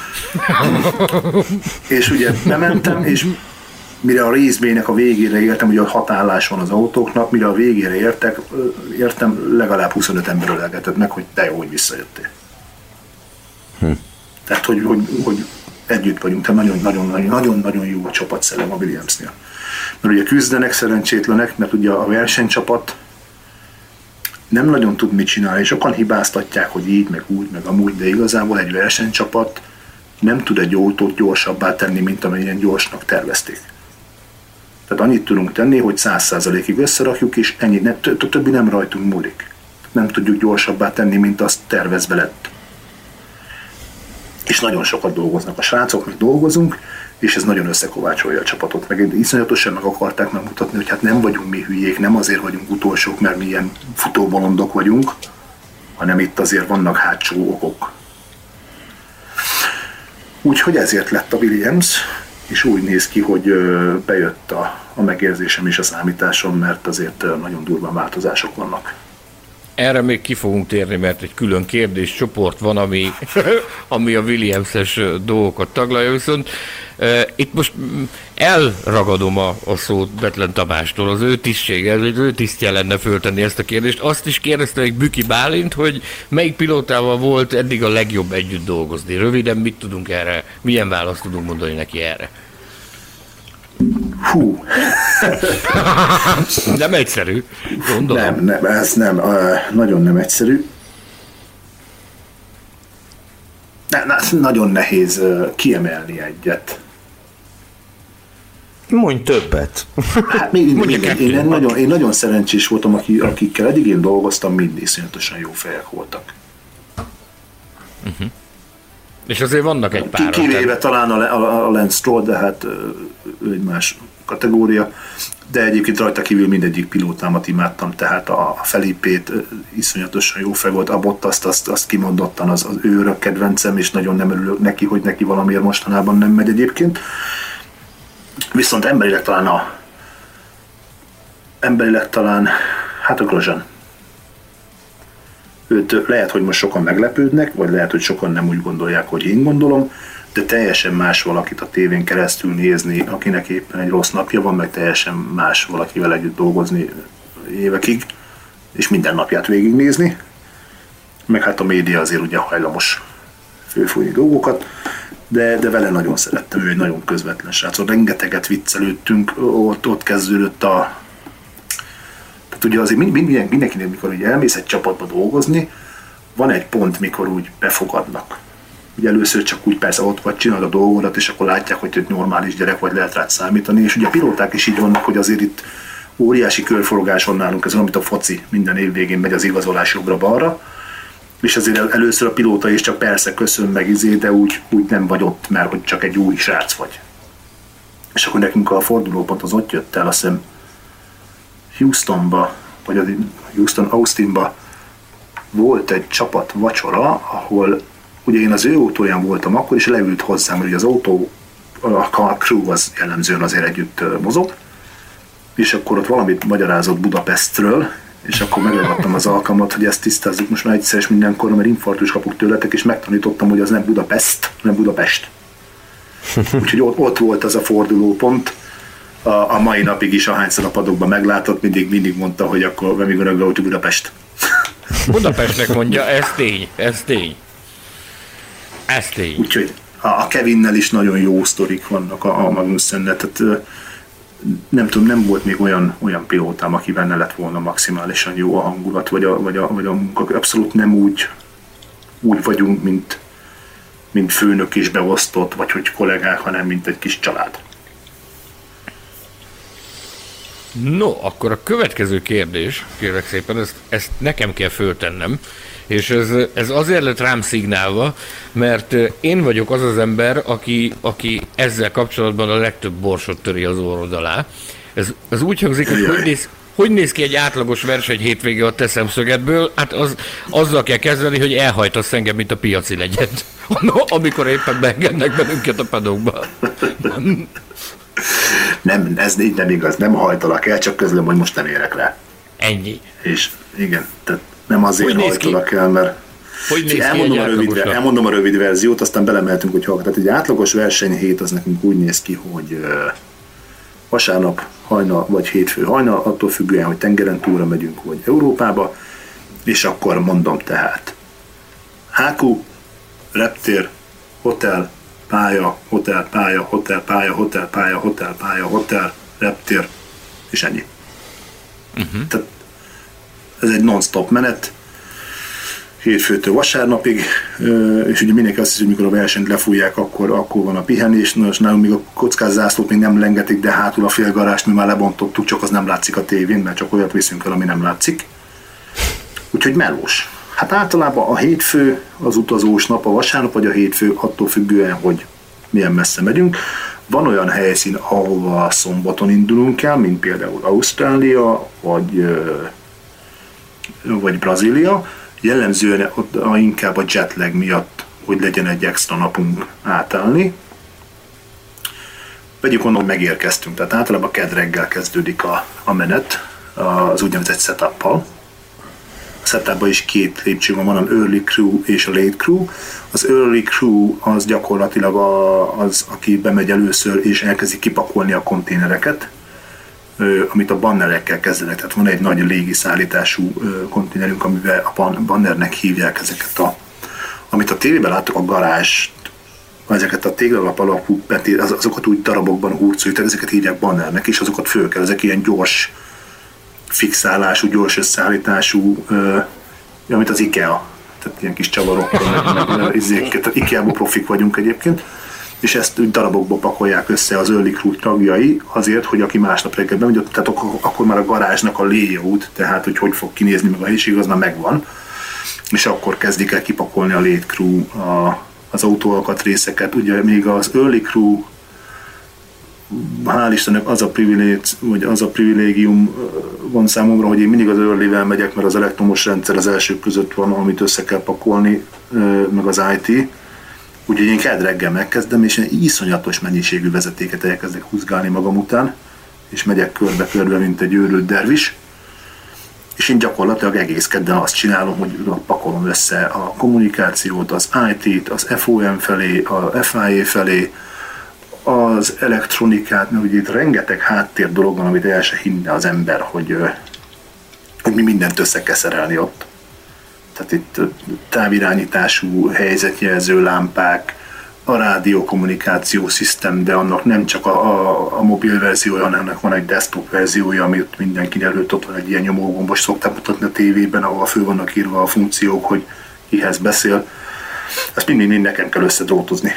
És ugye bementem, és mire a részbélynek a végére értem, ugye hat állás van az autóknak, mire a végére értek, értem, legalább huszonöt ember ölelgetett meg, hogy de jó, hogy visszajöttél. Hm. Tehát, hogy, hogy, hogy együtt vagyunk, tehát nagyon-nagyon jó a csapatszellem a Williamsnél. Mert ugye küzdenek szerencsétlenek, mert ugye a versenycsapat nem nagyon tud mit csinálni, és sokan hibáztatják, hogy így, meg úgy, meg amúgy, de igazából egy versenycsapat nem tud egy autót gyorsabbá tenni, mint amennyien gyorsnak tervezték. Tehát annyit tudunk tenni, hogy száz százalékig összerakjuk, és ennyi, ne, többi nem rajtunk múlik. Nem tudjuk gyorsabbá tenni, mint azt tervezve lett. És nagyon sokat dolgoznak a srácok, meg dolgozunk, és ez nagyon összekovácsolja a csapatot. Meg iszonyatosan meg akarták megmutatni, hogy hát nem vagyunk mi hülyék, nem azért vagyunk utolsók, mert mi ilyen futóbolondok vagyunk, hanem itt azért vannak hátsó okok. Úgyhogy ezért lett a Williams, és úgy néz ki, hogy bejött a, a megérzésem és a számításom, mert azért nagyon durván változások vannak. Erre még ki fogunk térni, mert egy külön kérdéscsoport van, ami, ami a Williams-es dolgokat taglalja, viszont e, itt most elragadom a, a szót Bethlen Tamástól, az ő tisztsége, az ő tisztje lenne föltenni ezt a kérdést. Azt is kérdezte egy Büki Bálint, hogy melyik pilótával volt eddig a legjobb együtt dolgozni. Röviden mit tudunk erre, milyen választ tudunk mondani neki erre? Hú. Nem egyszerű, gondolom. Nem, nem, ez nem, nagyon nem egyszerű. Ne, ne, nagyon nehéz kiemelni egyet. Mondj többet. Hát még mindig, én, nagyon, én nagyon szerencsés voltam, akikkel eddig én dolgoztam, mindig iszonyatosan jó fejek voltak. Uh-huh. És azért vannak egy pár. Kivéve talán a, a, a Lance Stroll, de hát ő egy más kategória, de egyébként rajta kívül mindegyik pilótámat imádtam, tehát a Felipét iszonyatosan jó fej volt, a Bottaszt azt, azt kimondottan az, az ő örök kedvencem, és nagyon nem örülök neki, hogy neki valamiért mostanában nem megy egyébként. Viszont emberileg talán a emberileg talán hát a Grosjean. Őt lehet, hogy most sokan meglepődnek, vagy lehet, hogy sokan nem úgy gondolják, hogy én gondolom, de teljesen más valakit a tévén keresztül nézni, akinek éppen egy rossz napja van, meg teljesen más valakivel együtt dolgozni évekig, és minden napját végignézni. Meg hát a média azért ugye hajlamos főfújni dolgokat, de, de vele nagyon szerettem, ő egy nagyon közvetlen srác. Rengeteget viccelődtünk, ott, ott kezdődött a... Tehát ugye azért minden, mindenkinek, mikor ugye elmész egy csapatba dolgozni, van egy pont, mikor úgy befogadnak. Ugye először csak úgy persze ott vagy, csinálod a dolgodat, és akkor látják, hogy egy normális gyerek vagy, lehet rád számítani, és ugye a pilóták is így vannak, hogy azért itt óriási körforgás van nálunk, ez olyan, mint a foci, minden év végén megy az igazolás jobbra-balra, és azért először a pilóta is csak persze köszön meg izé, de úgy, úgy nem vagy ott, mert hogy csak egy új srác vagy. És akkor nekünk a fordulópont az ott jött el, azt hiszem Houstonba, vagy az Houston, Austinba volt egy csapat vacsora, ahol ugye én az ő autóján voltam akkor, és leült hozzám, hogy az autó, a car crew az jellemzően azért együtt mozog, és akkor ott valamit magyarázott Budapestről, és akkor megragadtam az alkalmat, hogy ezt tisztázzuk most már egyszer és mindenkor, mert infarktus kapok tőletek, és megtanítottam, hogy az nem Budapest, hanem Budapest. Úgyhogy ott, ott volt az a fordulópont, a, a mai napig is, ahányszor a padokban meglátott, mindig, mindig mondta, hogy akkor when we gonna go to Budapest. Budapestnek mondja, ez tény, ez tény. Ez tény. Úgyhogy a Kevinnel is nagyon jó sztorik vannak a, a Magnussennel, tehát nem tudom, nem volt még olyan, olyan pilótám, akivel ne lett volna maximálisan jó a hangulat, vagy a, vagy a, vagy a munka. Abszolút nem úgy, úgy vagyunk, mint, mint főnök és beosztott, vagy hogy kollégák, hanem mint egy kis család. No, akkor a következő kérdés, kérlek szépen, ezt, ezt nekem kell föltennem, és ez, ez azért lett rám szignálva, mert én vagyok az az ember, aki, aki ezzel kapcsolatban a legtöbb borsot töri az orrod alá. Ez, ez úgy hangzik, hogy hogy néz, hogy néz ki egy átlagos verseny hétvége a te szemszögedből? Hát az, azzal kell kezdeni, hogy elhajtasz engem, mint a piaci legyet, amikor éppen beengednek bennünket a padokba. Nem, ez így nem igaz, nem hajtalak el, csak közlöm, hogy most nem érek rá. Ennyi. És igen, tehát nem azért hogy hajtalak el, mert hogy elmondom, a rövid, elmondom a rövid verziót, aztán belemeltünk, hogy hallgat. Tehát egy átlagos versenyhét az nekünk úgy néz ki, hogy uh, vasárnap hajnal, vagy hétfő hajnal, attól függően, hogy tengeren túlra megyünk, vagy Európába, és akkor mondom tehát há kú, reptér, hotel, pálya, hotel, pálya, hotel, pálya, hotel, pálya, hotel, pálya, hotel, reptér, és ennyi. Uh-huh. Tehát ez egy non-stop menet, hétfőtől vasárnapig, és ugye mindenki azt hiszi, hogy mikor a versenyt lefújják, akkor, akkor van a pihenés, és nálunk még a kockázászlót még nem lengetik, de hátul a félgarást mi már lebontottuk, csak az nem látszik a tévén, mert csak olyat viszünk el, ami nem látszik. Úgyhogy melós. Hát általában a hétfő az utazós nap, a vasárnap vagy a hétfő, attól függően, hogy milyen messze megyünk. Van olyan helyszín, ahova szombaton indulunk el, mint például Ausztrália, vagy, vagy Brazília. Jellemzően ott inkább a jetlag miatt, hogy legyen egy extra napunk átállni. Vegyük onnan, hogy megérkeztünk, tehát általában kedd reggel kezdődik a, a menet, az úgynevezett setup-pal. A setupban is két lépcső van, van early crew és a late crew. Az early crew az gyakorlatilag a, az, aki bemegy először és elkezdi kipakolni a konténereket, amit a bannerekkel kezdenek. Tehát van egy nagy légiszállítású konténerünk, amivel a bannernek hívják ezeket a, amit a tévében láttok, a garázs, ezeket a téglalap alapú, azokat úgy darabokban hurcoljuk, ezeket hívják bannernek, és azokat föl kell, ezek ilyen gyors fixálású, gyors összeállítású, amit az IKEA, tehát ilyen kis csavarokkal, meg, meg izéket, tehát IKEA-ból profik vagyunk egyébként, és ezt úgy darabokba pakolják össze az early crew tagjai azért, hogy aki másnap reggel bemegy, tehát akkor, akkor már a garázsnak a layout, tehát hogy hogy fog kinézni meg a helység, az már megvan, és akkor kezdik el kipakolni a late crew a, az autóalkatrészeket. Ugye még az early crew, hál' Istennek az a privilég, vagy az a privilégium van számomra, hogy én mindig az early-vel megyek, mert az elektromos rendszer az elsők között van, amit össze kell pakolni, meg az i té. Úgyhogy én kedd reggel megkezdem, és egy iszonyatos mennyiségű vezetéket elkezdek húzgálni magam után, és megyek körbe-körbe, mint egy őrült dervis. És én gyakorlatilag egész kedden azt csinálom, hogy pakolom össze a kommunikációt, az i té-t, az ef o em felé, a ef i á felé, az elektronikát, mert ugye itt rengeteg háttér dolog van, amit el se hinne az ember, hogy, hogy mi mindent össze kell szerelni ott. Tehát itt távirányítású helyzetjelző lámpák, a rádiókommunikáció szisztem, de annak nem csak a, a, a mobil verziója, hanem ennek van egy desktop verziója, amit mindenki előtt ott van egy ilyen nyomógombos, szokták mutatni a tévében, ahol föl vannak írva a funkciók, hogy kihez beszél. Ezt mindig, mindig nekem kell összedrótozni.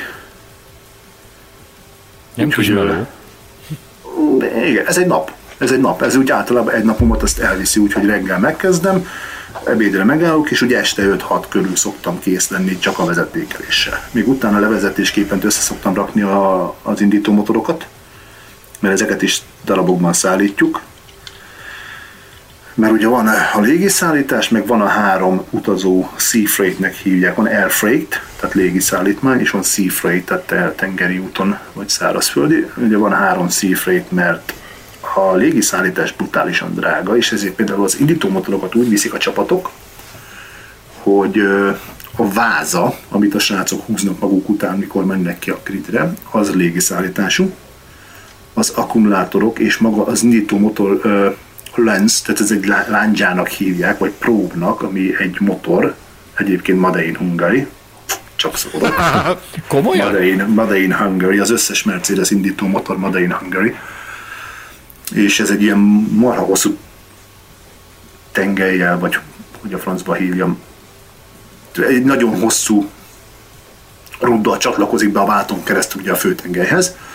Nem kismelő. Igen, ez egy nap. Ez egy nap. Ez úgy általában egy napomat azt elviszi úgy, hogy reggel megkezdem, ebédre megállok, és ugye este öt-hat körül szoktam kész lenni csak a vezetékeléssel. Még utána levezetésképpen össze szoktam rakni a, az indító motorokat, mert ezeket is darabokban szállítjuk. Mert ugye van a légiszállítás, meg van a három utazó Sea Freight-nek hívják, van Air Freight, tehát légiszállítmány, és van Sea Freight, tehát tengeri úton vagy szárazföldi. Ugye van három Sea Freight, mert a légiszállítás brutálisan drága, és ezért például az indítómotorokat úgy viszik a csapatok, hogy a váza, amit a srácok húznak maguk után, mikor mennek ki a gridre, az légiszállítású, az akkumulátorok és maga az indítómotor lens, tehát ez egy lándzsának hívják, vagy próbnak, ami egy motor, egyébként Made in Hungary, csak szólok. Komolyan? Made in, Made in Hungary, az összes Mercedes indító motor Made in Hungary. És ez egy ilyen marha hosszú tengelyel, vagy hogy a francba hívjam, egy nagyon hosszú rúddal csatlakozik be a válton keresztül ugye a főtengelyhez,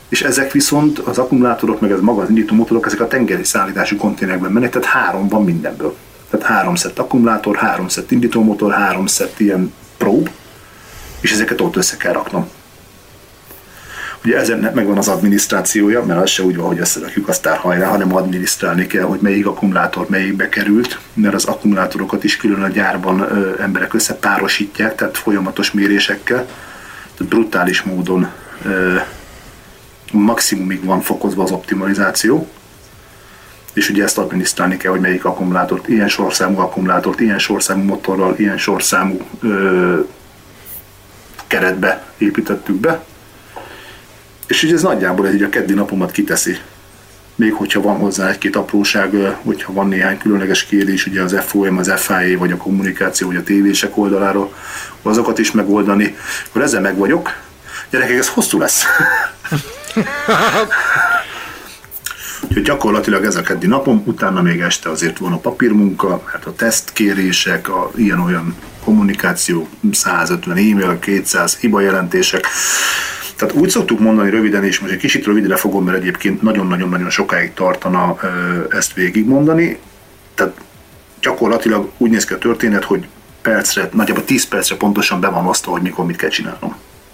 és ezek viszont, az akkumulátorok, meg ez maga az indítómotorok, ezek a tengeri szállítási konténerekben mennek, tehát három van mindenből. Tehát három szett akkumulátor, három szett indítómotor, három szett ilyen prób, és ezeket ott össze kell raknom. Ugye ezen megvan az adminisztrációja, mert az se úgy van, hogy összerakjuk, aztán hajrá, hanem adminisztrálni kell, hogy melyik akkumulátor melyikbe került, mert az akkumulátorokat is külön a gyárban ö, emberek összepárosítják, tehát folyamatos mérésekkel, tehát brutális módon ö, maximumig van fokozva az optimalizáció, és ugye ezt adminisztrálni kell, hogy melyik akkumulátort, ilyen sorszámú akkumulátort, ilyen sorszámú motorral, ilyen sorszámú ö, keretbe építettük be, és ugye ez nagyjából egy a keddi napomat kiteszi. Még hogyha van hozzá egy-két apróság, hogyha van néhány különleges kérdés, ugye az ef o em, az ef i á, vagy a kommunikáció, vagy a tévések oldaláról, azokat is megoldani. Akkor ezzel meg vagyok. Gyerekek, ez hosszú lesz. Úgyhogy gyakorlatilag ez a keddi napom, utána még este azért van a papírmunka, hát a tesztkérések, a ilyen-olyan kommunikáció, százötven e-mail, kétszáz hibajelentések. Tehát úgy szoktuk mondani röviden, és most egy kicsit rövidre fogom, mert egyébként nagyon-nagyon-nagyon sokáig tartana ezt végigmondani. Tehát gyakorlatilag úgy néz ki a történet, hogy percre, nagyjából tíz percre pontosan be van osztva, hogy mikor mit kell csinálnom.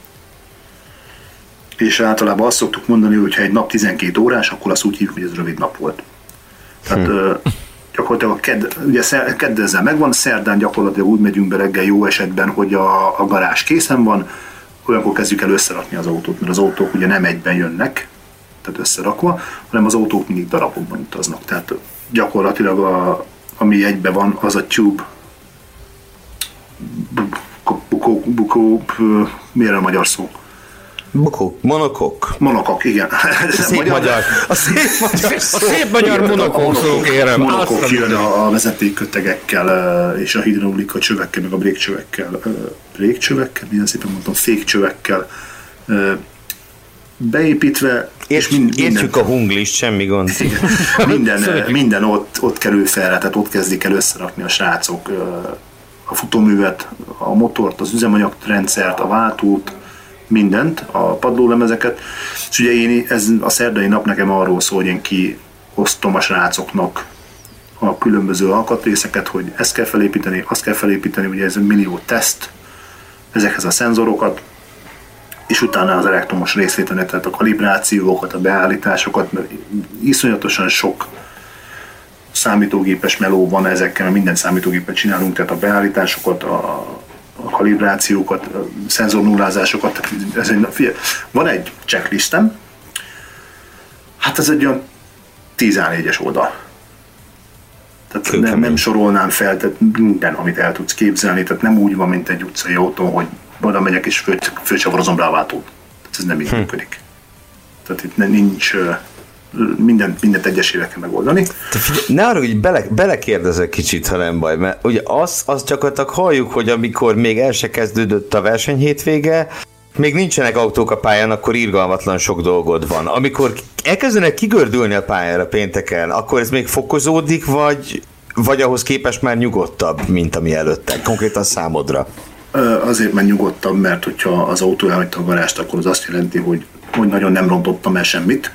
És általában azt szoktuk mondani, hogy ha egy nap tizenkét órás, akkor azt úgy hívjuk, hogy ez rövid nap volt. Tehát hm. gyakorlatilag a kedd, ugye kedd ezzel megvan, szerdán gyakorlatilag úgy megyünk be reggel jó esetben, hogy a, a garázs készen van, olyankor kezdjük el összerakni az autót, mert az autók ugye nem egyben jönnek, tehát összerakva, hanem az autók mindig darabokban utaznak. Tehát gyakorlatilag a, ami egyben van, az a tube, bukó, bukó, miért a magyar szó? Bukó, monokok. Monokok, igen. A szép magyar, magyar. A szép magyar, a szép magyar monokok szó, kérem. Monokok jön a vezetékkötegekkel, és a hidraulika csövekkel, meg a brékcsövekkel, brékcsövekkel, milyen szépen mondtam, fékcsövekkel beépítve. És mind, értjük a hunglist, semmi gond. minden minden ott, ott kerül fel, tehát ott kezdik el összerakni a srácok a futóművet, a motort, az üzemanyagrendszert, a váltót, mindent, a padlólemezeket, és ugye én, ez a szerdai nap nekem arról szól, hogy én kiosztom a srácoknak a különböző alkatrészeket, hogy ezt kell felépíteni, azt kell felépíteni, ugye ez egy millió teszt, ezekhez a szenzorokat, és utána az elektromos részvételnek, tehát a kalibrációkat, a beállításokat, mert iszonyatosan sok számítógépes meló van ezekkel, minden számítógépet csinálunk, tehát a beállításokat, a a kalibrációkat, a szenzornullázásokat. Ez egy, figyelj, van egy checklistem, hát ez egy olyan tíz á négyes oldal. Tehát nem, nem sorolnám fel, tehát minden, amit el tudsz képzelni, tehát nem úgy van, mint egy utcai autó, hogy oda megyek és fő, főcsavarozom rá a váltót. Tehát ez nem így hm. működik. Tehát itt nincs mindent, mindent egyesével kell megoldani. Ne arra, hogy bele, belekérdezek kicsit, ha nem baj, mert ugye azt az gyakorlatilag halljuk, hogy amikor még el se kezdődött a verseny hétvége, még nincsenek autók a pályán, akkor irgalmatlan sok dolgod van. Amikor elkezdenek kigördülni a pályára pénteken, akkor ez még fokozódik, vagy, vagy ahhoz képest már nyugodtabb, mint ami előtte, konkrétan számodra? Azért már nyugodtabb, mert hogyha az autó elhagyta a garást, akkor az azt jelenti, hogy, hogy nagyon nem rontottam el semmit.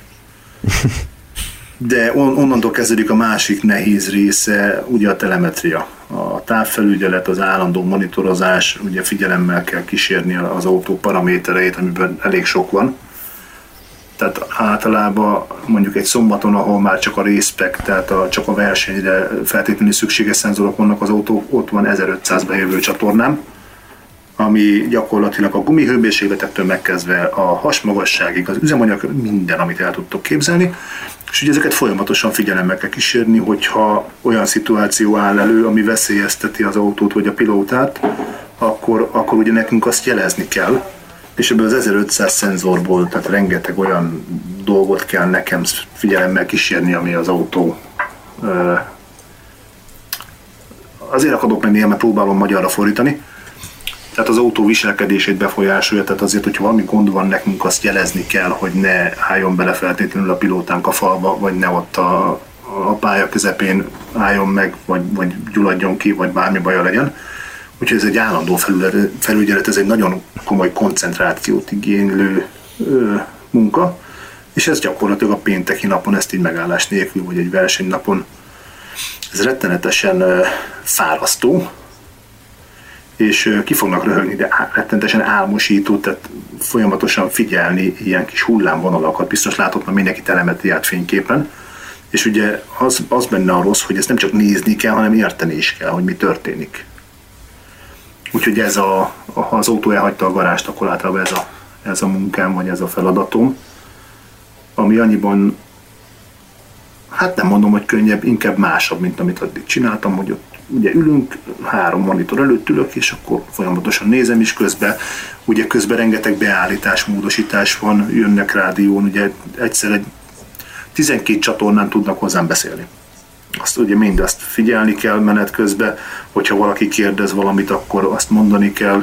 De on, onnantól kezdődik a másik nehéz része, ugye a telemetria. A távfelügyelet, az állandó monitorozás, ugye figyelemmel kell kísérni az autó paramétereit, amiben elég sok van. Tehát általában mondjuk egy szombaton, ahol már csak a respec, tehát a, csak a versenyre feltétlenül szükséges szenzorok vannak az autó, ott van ezerötszáz bejövő csatornám, ami gyakorlatilag a gumihőmérsékletektől megkezdve a hasmagasságig, az üzemanyag, minden, amit el tudtok képzelni, és ugye ezeket folyamatosan figyelemmel kell kísérni, hogyha olyan szituáció áll elő, ami veszélyezteti az autót vagy a pilótát, akkor, akkor ugye nekünk azt jelezni kell, és ebből az ezerötszáz szenzorból, tehát rengeteg olyan dolgot kell nekem figyelemmel kísérni, ami az autó. Azért akadok meg néha, mert próbálom magyarra fordítani. Tehát az autó viselkedését befolyásolja, tehát azért, hogyha valami gond van, nekünk azt jelezni kell, hogy ne álljon bele feltétlenül a pilótánk a falba, vagy ne ott a, a pálya közepén álljon meg, vagy, vagy gyulladjon ki, vagy bármi baja legyen. Úgyhogy ez egy állandó felügyelet, ez egy nagyon komoly koncentrációt igénylő ö, munka. És ez gyakorlatilag a pénteki napon, ezt így megállás nélkül, vagy egy versenynapon, ez rettenetesen fárasztó, és ki fognak röhögni, de rettenetesen álmosító, tehát folyamatosan figyelni ilyen kis hullámvonalakat, biztos látott már mindenki telemetriát fényképen, és ugye az, az benne a rossz, hogy ezt nem csak nézni kell, hanem érteni is kell, hogy mi történik. Úgyhogy ez a, ha az autó elhagyta a garást, akkor általában ez a, ez a munkám, vagy ez a feladatom, ami annyiban, hát nem mondom, hogy könnyebb, inkább másabb, mint amit addig csináltam, hogy ott ugye ülünk, három monitor előtt ülök, és akkor folyamatosan nézem is közben. Ugye közben rengeteg beállítás, módosítás van, jönnek rádión, ugye egyszer egy tizenkét csatornán tudnak hozzám beszélni. Azt ugye mindazt figyelni kell menet közben, hogyha valaki kérdez valamit, akkor azt mondani kell,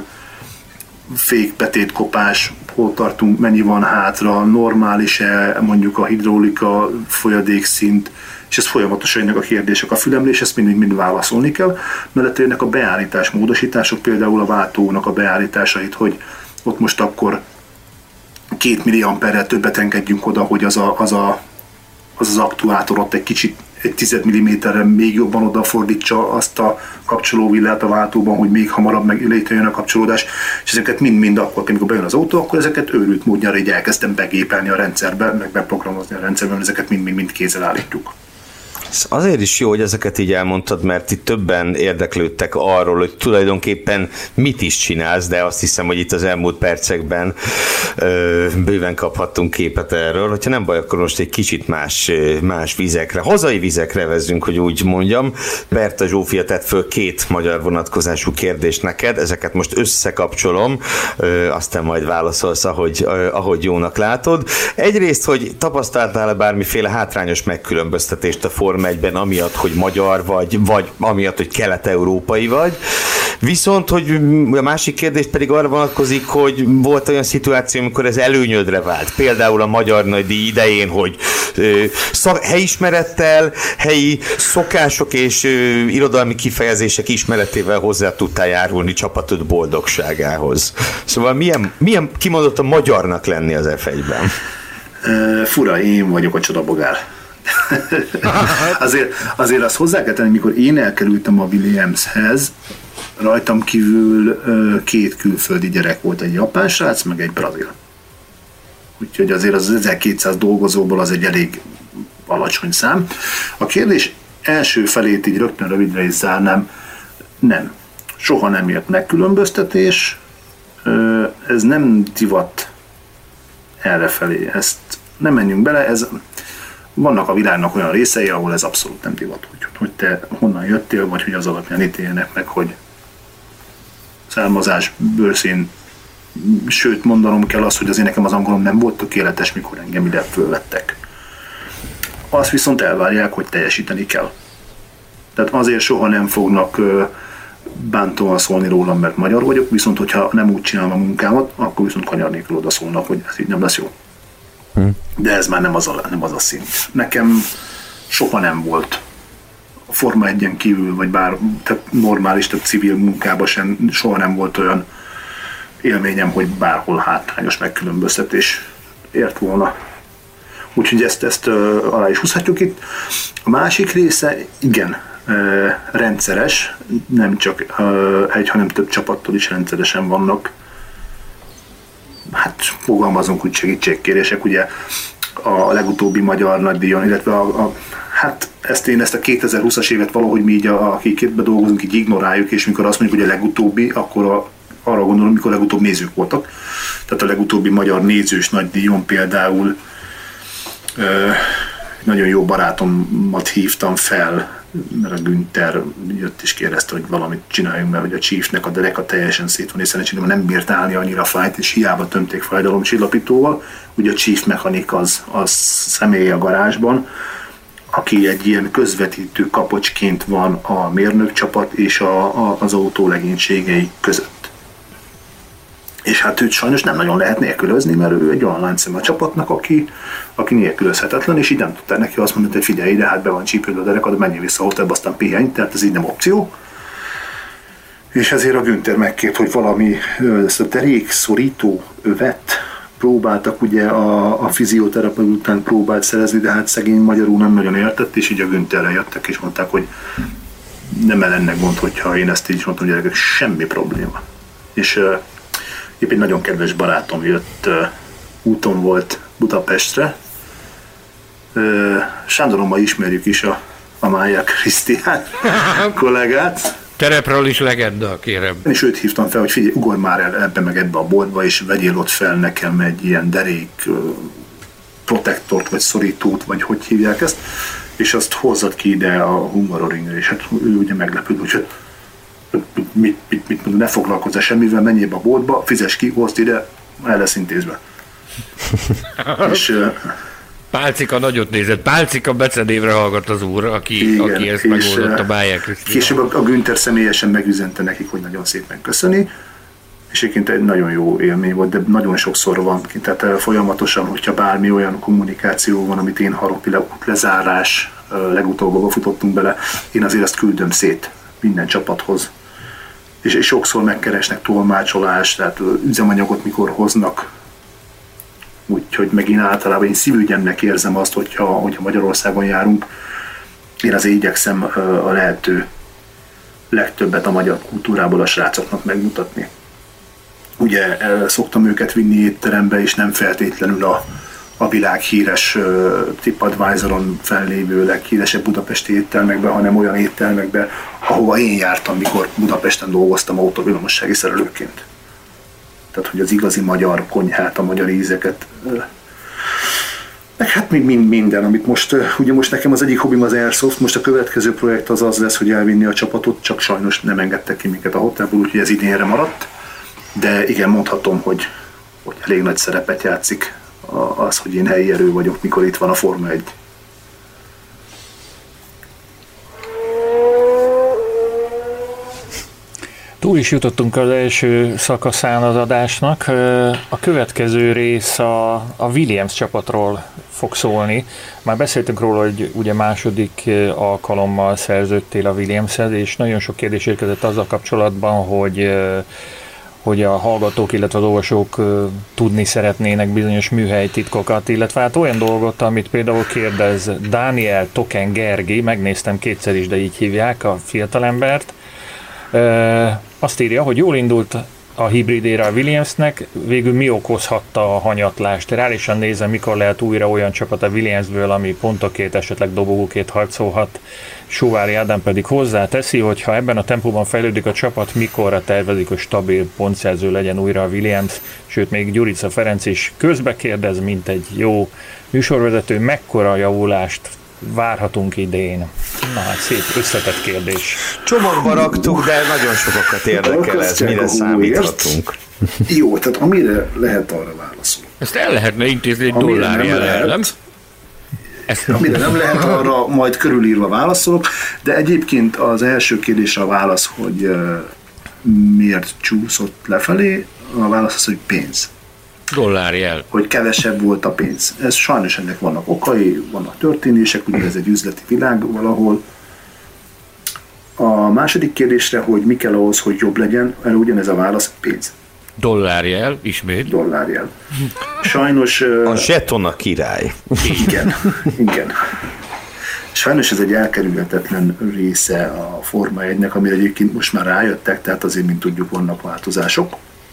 fék, betétkopás, hol tartunk, mennyi van hátra, normális-e mondjuk a hidraulika, folyadékszint, és ez folyamatosan jönnek a kérdések a fülemre, és ezt mindig mind válaszolni kell. Mellett jönnek a beállítás, módosítások, például a váltónak a beállításait, hogy ott most akkor két milliamperrel többet engedjünk oda, hogy az a, az, a, az, az aktuátor ott egy kicsit egy tized milliméterre még jobban odafordítsa azt a kapcsolóvillát a váltóban, hogy még hamarabb meg létrejön a kapcsolódás, és ezeket mind-mind akkor, amikor bejön az autó, akkor ezeket őrült módjára így elkezdtem begépelni a rendszerbe, meg beprogramozni a rendszerben, ezeket mind-mind kézzel állítjuk. Azért is jó, hogy ezeket így elmondtad, mert itt többen érdeklődtek arról, hogy tulajdonképpen mit is csinálsz, de azt hiszem, hogy itt az elmúlt percekben ö, bőven kaphattunk képet erről. Hogyha nem baj, akkor most egy kicsit más, más vizekre, hazai vizekre vezzünk, hogy úgy mondjam. Berta Zsófia tett föl két magyar vonatkozású kérdést neked, ezeket most összekapcsolom, ö, aztán majd válaszolsz, ahogy, ö, ahogy jónak látod. Egyrészt, hogy tapasztaltál-e bármiféle hátrányos megkülönböztetést a Forma egyben, amiatt, hogy magyar vagy, vagy amiatt, hogy kelet-európai vagy. Viszont, hogy a másik kérdés pedig arra vonatkozik, hogy volt olyan szituáció, amikor ez előnyödre vált. Például a Magyar Nagydíj idején, hogy ö, szak, helyismerettel, helyi szokások és ö, irodalmi kifejezések ismeretével hozzá tudtál járulni csapatod boldogságához. Szóval milyen, milyen kimondottan magyarnak lenni az ef egyben? Uh, fura, én vagyok a csodabogár. azért, azért azt hozzá kell tenni, mikor én elkerültem a Williamshez, rajtam kívül két külföldi gyerek volt, egy japán srác, meg egy brazil. Úgyhogy azért az ezerkétszáz dolgozóból az egy elég alacsony szám. A kérdés első felét így rögtön rövidre is zárnám, nem. Soha nem jött megkülönböztetés, ez nem divat errefelé, ezt nem menjünk bele, ez vannak a világnak olyan részei, ahol ez abszolút nem divat, hogy, hogy te honnan jöttél, vagy hogy az alapján ítéljenek meg, hogy származás, bőrszín, sőt mondanom kell azt, hogy azért nekem az angolom nem volt tökéletes, mikor engem ide fölvettek. Azt viszont elvárják, hogy teljesíteni kell. Tehát azért soha nem fognak bántóan szólni rólam, mert magyar vagyok, viszont hogyha nem úgy csinálom a munkámat, akkor viszont kanyar nélkül oda szólnak, hogy ez így nem lesz jó. De ez már nem az a, nem az a szint. Nekem soha nem volt a Forma egyen kívül, vagy bár tehát normális, tehát civil munkában sem, soha nem volt olyan élményem, hogy bárhol hátrányos megkülönböztetés ért volna. Úgyhogy ezt, ezt uh, alá is húzhatjuk itt. A másik része, igen, uh, rendszeres, nem csak uh, egy, hanem több csapattól is rendszeresen vannak, hát fogalmazunk úgy segítségkérések, ugye a legutóbbi Magyar Nagydíjon, illetve a, a, hát ezt én ezt a kétezer-húszas évet valahogy mi így, a, akik itt bedolgozunk, így ignoráljuk, és mikor azt mondjuk, hogy a legutóbbi, akkor a, arra gondolom, mikor legutóbb nézők voltak. Tehát a legutóbbi Magyar Nézős Nagydíjon például ö, nagyon jó barátomat hívtam fel, mert a Günther jött és kérdezte, hogy valamit csináljunk, mert hogy a Chiefnek a dereka teljesen szét van, és szerencsére nem bírt állni annyira fájt, és hiába tömték fájdalomcsillapítóval. Ugye a Chief Mechanik az, az személy a garázsban, aki egy ilyen közvetítő kapocsként van a mérnök csapat és a, a, az autó legénységei között. És hát őt sajnos nem nagyon lehet nélkülözni, mert ő egy olyan láncszem a csapatnak, aki, aki nélkülözhetetlen, és így nem tudták neki azt mondani, hogy figyelj ide, hát be van csípődve a derekad, menjél vissza a hotelba, aztán pihenj, tehát ez így nem opció. És ezért a Günther megkért, hogy valami ezt a derékszorító övet, próbáltak ugye a, a fizioterapeuta után próbált szerezni, de hát szegény magyarul nem nagyon értett, és így a Güntherre jöttek, és mondták, hogy nem ellennek gond, hogyha én ezt így is mondtam, hogy gyerekek, semmi probléma. És uh, épp egy nagyon kedves barátom jött, uh, úton volt Budapestre. Uh, Sándorommal ismerjük is a, a Májer Krisztián kollégát. Terepről is legenda, kérem. És őt hívtam fel, hogy figyelj, ugorj már el ebbe meg ebbe a boltba, és vegyél ott fel nekem egy ilyen derék uh, protektort, vagy szorítót, vagy hogy hívják ezt, és azt hozzad ki ide a Hungaroringre, és hát ő ugye meglepőd, hogy mit, mit, mit, ne foglalkozzál semmivel, menjél be a boltba, fizes ki, hozd ide, el lesz intézve. és, uh, Pálcika nagyot nézett, Pálcika becedévre hallgat az úr, aki, igen, aki ezt megoldotta, Májer Krisztián. Később a, a Günther személyesen megüzente nekik, hogy nagyon szépen köszöni, és egyébként egy nagyon jó élmény volt, de nagyon sokszor van, tehát folyamatosan, hogyha bármi olyan kommunikáció van, amit én harapni le, lezárás, legutóbb futottunk bele, én azért ezt küldöm szét minden csapathoz. És, és sokszor megkeresnek tolmácsolást, tehát üzemanyagot mikor hoznak, úgyhogy meg én általában én szívügyemnek érzem azt, hogyha, hogyha Magyarországon járunk, én azért igyekszem a lehető legtöbbet a magyar kultúrából a srácoknak megmutatni. Ugye szoktam őket vinni étterembe, és nem feltétlenül a, a világ híres uh, TripAdvisoron fellévő leghíresebb budapesti éttermekbe, hanem olyan éttermekbe, ahova én jártam, mikor Budapesten dolgoztam autóvillamossági szerelőként. Tehát, hogy az igazi magyar konyhát, a magyar ízeket, uh, meg hát mind, minden, amit most, uh, ugye most nekem az egyik hobbim az Airsoft, most a következő projekt az az lesz, hogy elvinni a csapatot, csak sajnos nem engedtek ki minket a hotelból, úgyhogy ez idénre maradt. De igen, mondhatom, hogy, hogy elég nagy szerepet játszik az, hogy én helyi erő vagyok, mikor itt van a Forma egy. Túl is jutottunk az első szakaszán az adásnak. A következő rész a, a Williams csapatról fog szólni. Már beszéltünk róla, hogy ugye második alkalommal szerződtél a Williamshez, és nagyon sok kérdés érkezett azzal kapcsolatban, hogy hogy a hallgatók, illetve az olvasók tudni szeretnének bizonyos műhelytitkokat, illetve hát olyan dolgot, amit például kérdez Dániel Token Gergi, megnéztem kétszer is, de így hívják a fiatalembert, azt írja, hogy jól indult a hibridére a Williamsnek, végül mi okozhatta a hanyatlást? Reálisan nézve, mikor lehet újra olyan csapat a Williamsből, ami pontokért, esetleg dobogókért harcolhat. Sóvári Ádám pedig hozzáteszi, hogy ha ebben a tempóban fejlődik a csapat, mikorra tervezik, hogy stabil pontszerző legyen újra a Williams, sőt még Gyurica Ferenc is közbe kérdez, mint egy jó műsorvezető, mekkora javulást várhatunk idén? Na hát szép összetett kérdés. Csomagba raktuk, de nagyon sokakat érdekel ez, mire számíthatunk. Jó, tehát amire lehet, arra válaszolni. Ezt el lehetne intézni egy dollárjel, nem? Ezt amire nem lehet, arra majd körülírva válaszolok, de egyébként az első kérdésre a válasz, hogy uh, miért csúszott lefelé, a válasz az, hogy pénz. Dollárjel. Hogy kevesebb volt a pénz. Ez sajnos ennek vannak okai, vannak történések, ugye ez egy üzleti világ valahol. A második kérdésre, hogy mi kell ahhoz, hogy jobb legyen, erre ugyanez a válasz, pénz. Dollárjel, ismét. Dollárjel. Sajnos... A zseton a király. Igen, igen. Sajnos ez egy elkerülhetetlen része a Forma egynek, amire egyébként most már rájöttek, tehát azért, mint tudjuk, vannak változások.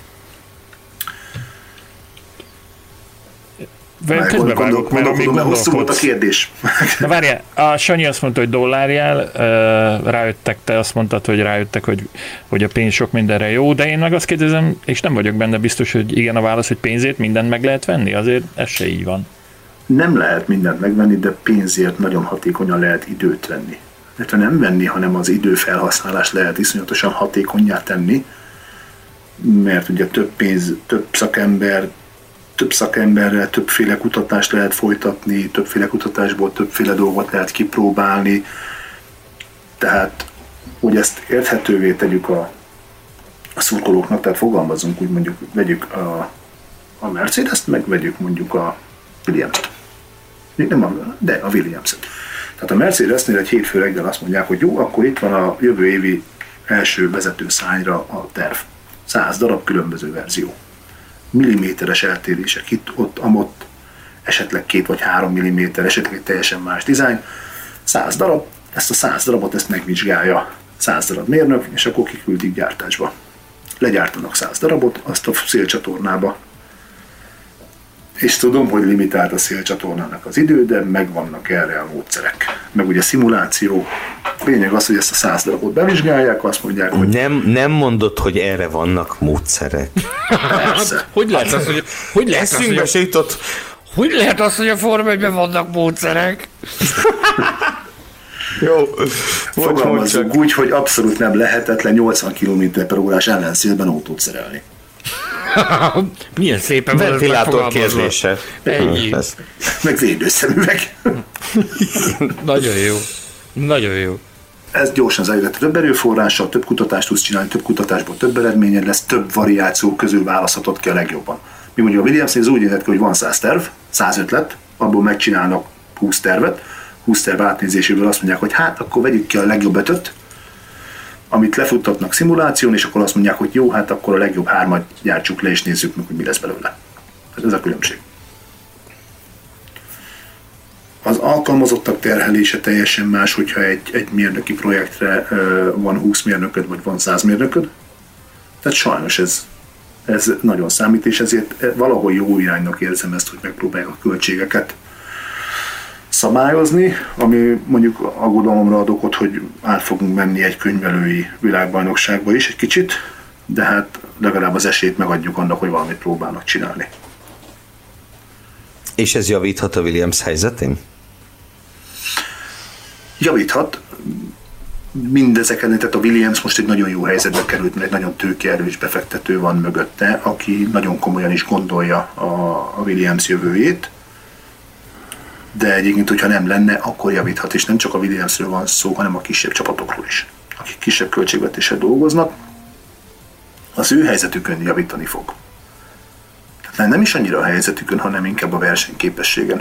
Közbevágok, mert amíg hosszú volt a kérdés. Na várjál, a Sanyi azt mondta, hogy dollárjel, rájöttek, te azt mondtad, hogy rájöttek, hogy, hogy a pénz sok mindenre jó, de én meg azt kérdezem, és nem vagyok benne biztos, hogy igen a válasz, hogy pénzért mindent meg lehet venni, azért ez se így van. Nem lehet mindent megvenni, de pénzért nagyon hatékonyan lehet időt venni. Illetve nem venni, hanem az időfelhasználást lehet iszonyatosan hatékonnyá tenni, mert ugye több pénz, több szakember, több szakemberrel többféle kutatást lehet folytatni, többféle kutatásból többféle dolgot lehet kipróbálni, tehát hogy ezt érthetővé tegyük a, a szurkolóknak, tehát fogalmazunk, úgy mondjuk vegyük a, a Mercedes-t, meg vegyük mondjuk a Williams-t. Nem a, de a Williams-et. Tehát a Mercedes-nél egy hétfő reggel azt mondják, hogy jó, akkor itt van a jövő évi első vezetőszárnyra a terv. Száz darab különböző verzió. milliméteres eltérések itt, ott, amott, esetleg két vagy három milliméter, esetleg egy teljesen más dizájn, száz darab, ezt a száz darabot ezt megvizsgálja száz darab mérnök, és akkor kiküldik gyártásba. Legyártanak száz darabot, azt a szélcsatornába. És tudom, hogy limitált a szélcsatornának az idő, de megvannak erre a módszerek. Meg ugye szimuláció. Lényeg az, hogy ezt a száz darabot bevizsgálják, azt mondják, hogy... Nem, nem mondod, hogy erre vannak módszerek. Persze. Hogy lehet az, hogy... Hogy lehet az, hogy, se jutott. hogy lehet az, hogy a Forma egyben vannak módszerek? Jó. Fogalmazzuk úgy, hogy abszolút nem lehetetlen nyolcvan kilométer per órás ellenszélben autót szerelni. Milyen szépen van ventilátor kérdése. Ennyi. Meg védőszemüveg. Nagyon jó. Nagyon jó. Ez gyorsan zajlott, több erőforrással, több kutatást tudsz csinálni, több kutatásból több eredményed lesz, több variáció közül választhatod ki a legjobban. Mi mondjuk a Williams ez úgy nézett ki, hogy van száz terv, száz ötlet, abból megcsinálnak húsz tervet, húsz terv átnézéséből azt mondják, hogy hát akkor vegyük ki a legjobb ötöt, amit lefuttatnak szimuláción, és akkor azt mondják, hogy jó, hát akkor a legjobb hármat gyártsuk le, és nézzük meg, hogy mi lesz belőle. Ez a különbség. Az alkalmazottak terhelése teljesen más, hogyha egy, egy mérnöki projektre van húsz mérnököd, vagy van száz mérnököd. Tehát sajnos ez, ez nagyon számít, és ezért valahol jó iránynak érzem ezt, hogy megpróbálják a költségeket szabályozni, ami mondjuk aggodalomra ad okot, hogy át fogunk menni egy könyvelői világbajnokságba is egy kicsit, de hát legalább az esélyt megadjuk annak, hogy valamit próbálnak csinálni. És ez javíthat a Williams helyzetén? Javíthat. Mindezeken, tehát a Williams most egy nagyon jó helyzetbe került, mert egy nagyon tőkeerős befektető van mögötte, aki nagyon komolyan is gondolja a Williams jövőjét, de egyébként, hogyha nem lenne, akkor javíthat, és nem csak a Williamsről van szó, hanem a kisebb csapatokról is, akik kisebb költségvetéssel dolgoznak, az ő helyzetükön javítani fog. Tehát nem is annyira a helyzetükön, hanem inkább a versenyképességen.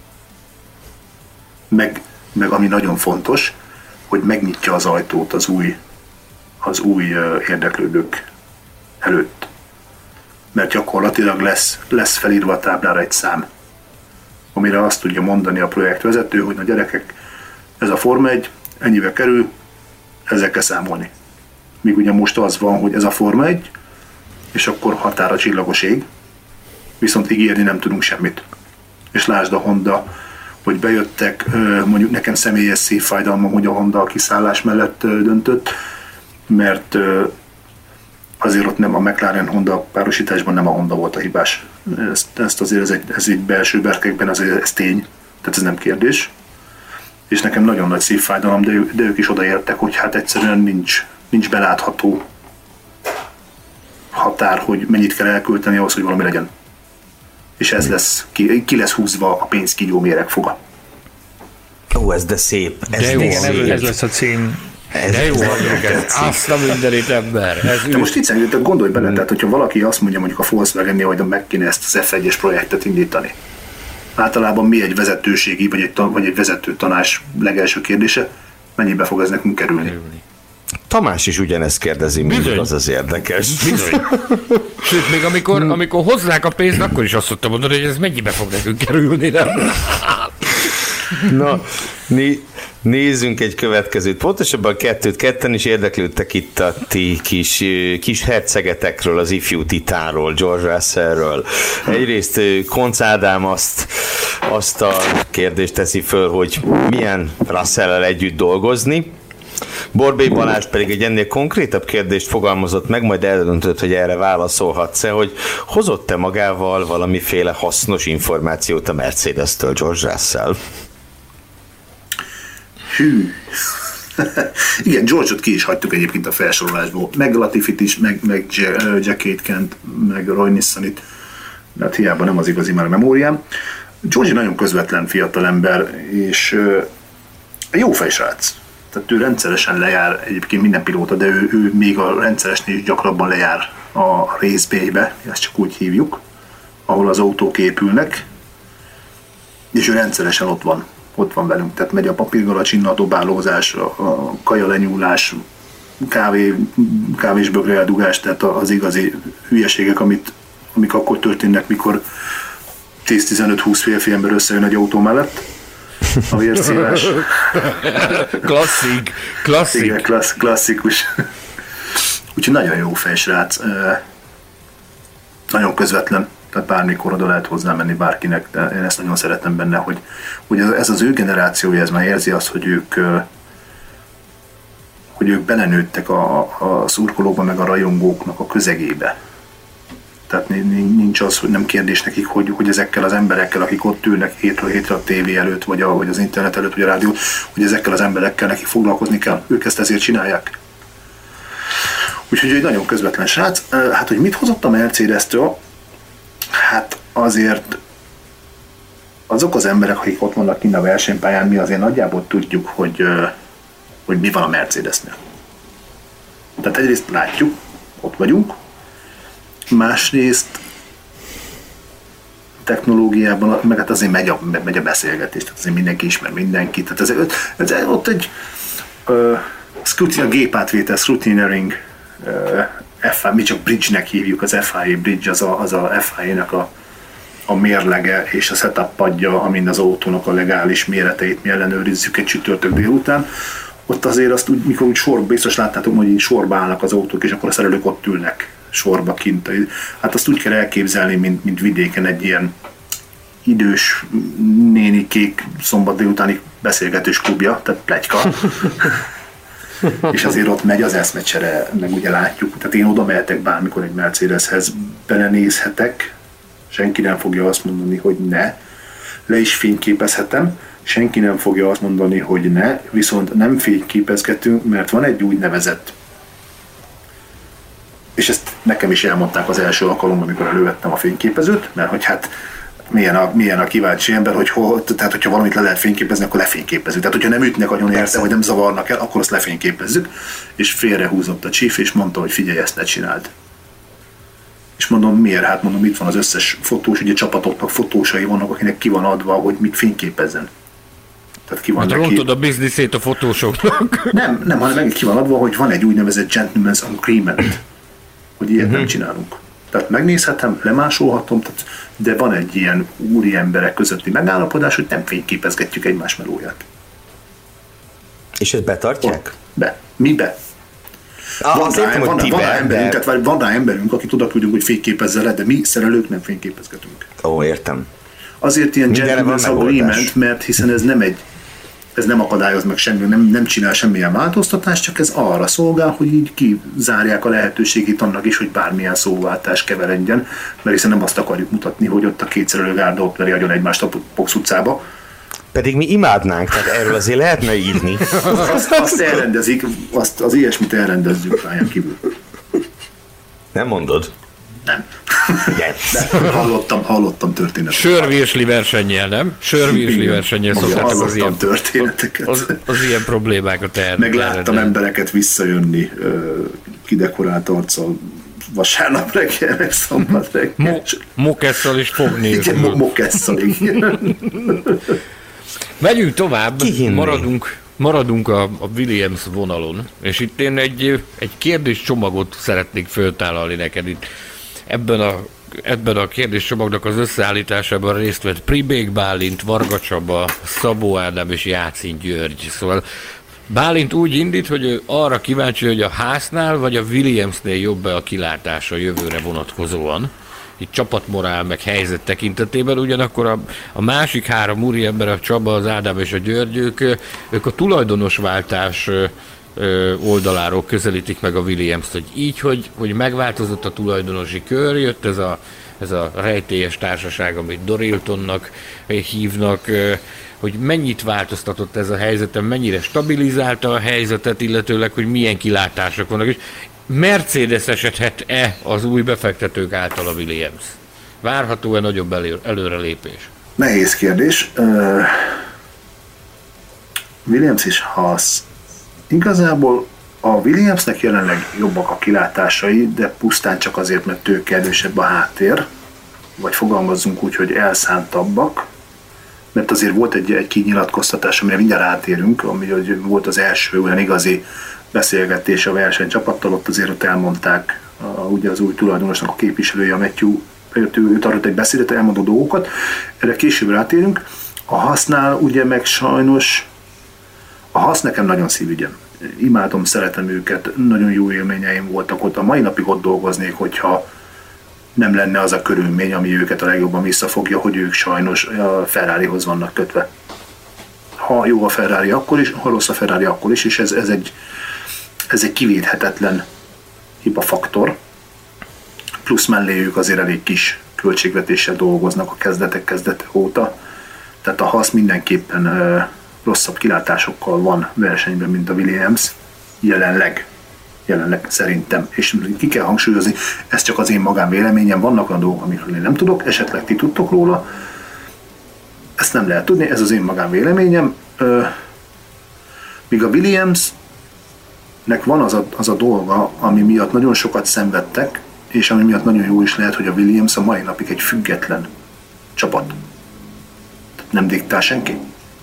Meg, meg ami nagyon fontos, hogy megnyitja az ajtót az új, az új érdeklődők előtt. Mert gyakorlatilag lesz, lesz felírva a táblára egy szám, amire azt tudja mondani a projektvezető, hogy na gyerekek, ez a Forma egy, ennyibe kerül, ezzel kell számolni. Míg ugye most az van, hogy ez a Forma egy, és akkor határa csillagos ég, viszont ígérni nem tudunk semmit. És lásd a Honda, hogy bejöttek, mondjuk nekem személyes szívfájdalmam, hogy a Honda a kiszállás mellett döntött, mert azért ott nem a McLaren-Honda párosításban nem a Honda volt a hibás. Ezt, ezt azért ez, egy, ez így belső berkekben azért ez tény, tehát ez nem kérdés. És nekem nagyon nagy szívfájdalom, de, de ők is odaértek, hogy hát egyszerűen nincs, nincs belátható határ, hogy mennyit kell elkölteni ahhoz, hogy valami legyen. És ez lesz, ki, ki lesz húzva a pénzkígyó méregfoga. Ó, ez de szép. Ez de jó, szép. ez lesz a cím. Ez de jó, ez azt a mindenit ember. Ez de most így gondolj bele, tehát hogyha valaki azt mondja mondjuk a Volkswagen-nél, hogy meg kéne ezt az ef egyes projektet indítani. Általában mi egy vezetőségi, vagy egy, vagy egy vezető tanács legelső kérdése, mennyibe fog ez nekünk kerülni? Tamás is ugyanezt kérdezi, mindig az az érdekes. Bizony. Sőt, még amikor, amikor hozzák a pénzt, akkor is azt szoktam mondani, hogy ez mennyibe fog nekünk kerülni, nem? Na, né, nézzünk egy következőt. Pontosabban kettőt, ketten is érdeklődtek itt a ti kis, kis hercegetekről, az ifjú titánról, George Russellről. Egyrészt Koncz Ádám azt, azt a kérdést teszi föl, hogy milyen Russell-el együtt dolgozni. Borbély Balázs pedig egy ennél konkrétabb kérdést fogalmazott meg, majd eldöntött, hogy erre válaszolhatsz-e, hogy hozott-e magával valamiféle hasznos információt a Mercedes-től George Russell? Hű. Igen, George-ot ki is hagytuk egyébként a felsorolásból. Meg Latifit is, meg, meg Jack Aitken-t, meg Roy Nissanit. De hát hiába nem az igazi már a memóriám. George nagyon közvetlen fiatal ember, és jó fejsrác. Tehát ő rendszeresen lejár, egyébként minden pilóta, de ő, ő még a rendszeresnél is gyakrabban lejár a race bay-be, ezt csak úgy hívjuk, ahol az autók épülnek, és ő rendszeresen ott van, ott van velünk. Tehát megy a papírgalacsinna, a dobálózás, a kaja lenyúlás, kávé, kávésbögre eldugás, tehát az igazi hülyeségek, amit amik akkor történnek, mikor tíz-tizenöt-húsz férfi ember összejön egy autó mellett. A vérszívás. Klasszik, klasszik. Igen, klassz, klasszikus. Úgyhogy nagyon jó fejsrác. Nagyon közvetlen, tehát bármikor oda lehet hozzá menni bárkinek, de én ezt nagyon szeretem benne, hogy, hogy ez az ő generációja, ez már érzi azt, hogy ők hogy ők belenőttek a, a szurkolókba, meg a rajongóknak a közegébe. Tehát nincs az, hogy nem kérdés nekik, hogy, hogy ezekkel az emberekkel, akik ott ülnek hétről hétre a tévé előtt, vagy, a, vagy az internet előtt, vagy a rádió, hogy ezekkel az emberekkel nekik foglalkozni kell. Ők ezt ezért csinálják. Úgyhogy egy nagyon közvetlen srác. Hát, hogy mit hozott a Mercedes-től? Hát azért azok az emberek, akik ott vannak kint a versenypályán, mi azért nagyjából tudjuk, hogy, hogy mi van a Mercedesnél. Tehát egyrészt látjuk, ott vagyunk, másrészt technológiában, meg hát azért megy a, megy a beszélgetés, tehát azért mindenki ismer mindenkit. Tehát ez, ez, ez, ott egy uh, scrutiny, a gépátvétel, scrutineering, uh, F I A, mi csak bridge-nek hívjuk, az F I A bridge, az a, az a F I A-nek a, a mérlege és a setup padja, amin az autónak a legális méreteit mi ellenőrizzük egy csütörtök délután. Ott azért azt úgy, mikor úgy sorba, biztos láttátok, hogy így sorba állnak az autók, és akkor a szerelők ott ülnek sorba kint. Hát azt úgy kell elképzelni, mint, mint vidéken egy ilyen idős nénikék szombat délutáni beszélgetős klubja, tehát pletyka. És azért ott megy az eszmecsere, meg ugye látjuk. Tehát én oda mehetek bármikor egy Mercedeshez, belenézhetek, senki nem fogja azt mondani, hogy ne. Le is fényképezhetem, senki nem fogja azt mondani, hogy ne, viszont nem fényképezgetünk, mert van egy úgynevezett, és ezt nekem is elmondták az első alkalommal, amikor elővettem a fényképezőt, mert hogy hát milyen a, milyen a kíváncsi ember, hogy hol, tehát hogyha valamit le lehet fényképezni, akkor lefényképezzük. Tehát hogyha nem ütnek agyon érte, vagy nem zavarnak el, akkor azt lefényképezzük, és félrehúzott a chief, és mondta, hogy figyelj, ezt ne csináld. És mondom, miért? Hát mondom, itt van az összes fotós, ugye csapatoknak fotósai vannak, akinek ki van adva, hogy mit fényképezzen. Tehát ki van hát neki... rontod a bizniszét a fotósoknak. Nem, nem, hanem meg ki van adva, hogy van egy úgynevezett gentleman's agreement, hogy ilyet uh-huh. nem csinálunk. Tehát megnézhetem, lemásolhatom, tehát, de van egy ilyen úri emberek közötti megállapodás, hogy nem fényképezgetjük egymás melóját. És ezt betartják? Ott, be. Mi be? Ah, van, azért rá, van, van, van, rá emberünk, de... tehát van rá emberünk, akit oda küldünk, hogy fényképezze le, de mi szerelők nem fényképezgetünk. Ó, értem. Azért ilyen gentleman's agreement, mert hiszen ez nem egy ez nem akadályoz meg semmi, nem, nem csinál semmilyen változtatást, csak ez arra szolgál, hogy így kizárják a lehetőségét annak is, hogy bármilyen szóváltás keveredjen, mert hiszen nem azt akarjuk mutatni, hogy ott a kétszerelő gárda ott veri agyon egymást a Box utcába. Pedig mi imádnánk, tehát erről azért lehetne írni. Azt, azt elrendezik, azt, az ilyesmit elrendezzük pályán kívül. Nem mondod? Nem. De hallottam, hallottam történeteket. Sörvirsli versennyel, nem? Sörvirsli versennyel szoktátok az ilyen történeteket. Az, az ilyen problémákat el. Meg láttam embereket visszajönni kidekorált arccal vasárnap reggel, meg szombat reggel. Mo- mokesszal is fog nélkül. Igen, mokesszal, igen. Megyünk tovább, maradunk, maradunk a, a Williams vonalon, és itt én egy, egy kérdéscsomagot szeretnék föltállalni neked itt. Ebben a, ebben a kérdéscsomagnak az összeállításában részt vett Pribék Bálint, Varga Csaba, Szabó Ádám és Jácin György. Szóval Bálint úgy indít, hogy ő arra kíváncsi, hogy a Haasnál vagy a Williamsnél jobb-e a kilátása jövőre vonatkozóan. Itt csapatmorál meg helyzet tekintetében, ugyanakkor a, a másik három úriember, a Csaba, az Ádám és a György, ők, ők a tulajdonosváltás oldaláról közelítik meg a Williams-t, hogy így, hogy, hogy megváltozott a tulajdonosi kör, jött ez a, ez a rejtélyes társaság, amit Doriltonnak hívnak, hogy mennyit változtatott ez a helyzeten, mennyire stabilizálta a helyzetet, illetőleg, hogy milyen kilátások vannak, és Mercedes esedhet-e az új befektetők által a Williams? Várható-e nagyobb elő, előrelépés? Nehéz kérdés. Uh, Williams és Haas. Igazából a Williamsnek jelenleg jobbak a kilátásai, de pusztán csak azért, mert tőke erősebb a háttér, vagy fogalmazzunk úgy, hogy elszántabbak, mert azért volt egy, egy kinyilatkoztatás, amire mindjárt átérünk, ami hogy volt az első olyan igazi beszélgetés a versenycsapattal, ott azért ott elmondták a, ugye az új tulajdonosnak a képviselője, a Matthew ő tartott egy beszédet, elmondó dolgokat, erre később rátérünk. A Haasnál ugye meg sajnos, a Haas nekem nagyon szívügyem. Imádom, szeretem őket, nagyon jó élményeim voltak ott. A mai napig ott dolgoznék, hogyha nem lenne az a körülmény, ami őket a legjobban visszafogja, hogy ők sajnos a Ferrarihoz vannak kötve. Ha jó a Ferrari, akkor is, ha rossz a Ferrari, akkor is, és ez, ez, egy, ez egy kivéthetetlen hibafaktor. Plusz mellé ők azért elég kis költségvetéssel dolgoznak a kezdetek kezdete óta. Tehát a Haas mindenképpen uh, rosszabb kilátásokkal van versenyben, mint a Williams. Jelenleg. Jelenleg szerintem. És ki kell hangsúlyozni, ez csak az én magánvéleményem, vannak olyan dolgok, amikről én nem tudok, esetleg ti tudtok róla. Ezt nem lehet tudni, ez az én magánvéleményem. Uh, míg a Williamsnek van az a, az a dolga, ami miatt nagyon sokat szenvedtek, és ami miatt nagyon jó is lehet, hogy a Williams a mai napig egy független csapat. Nem diktál senki.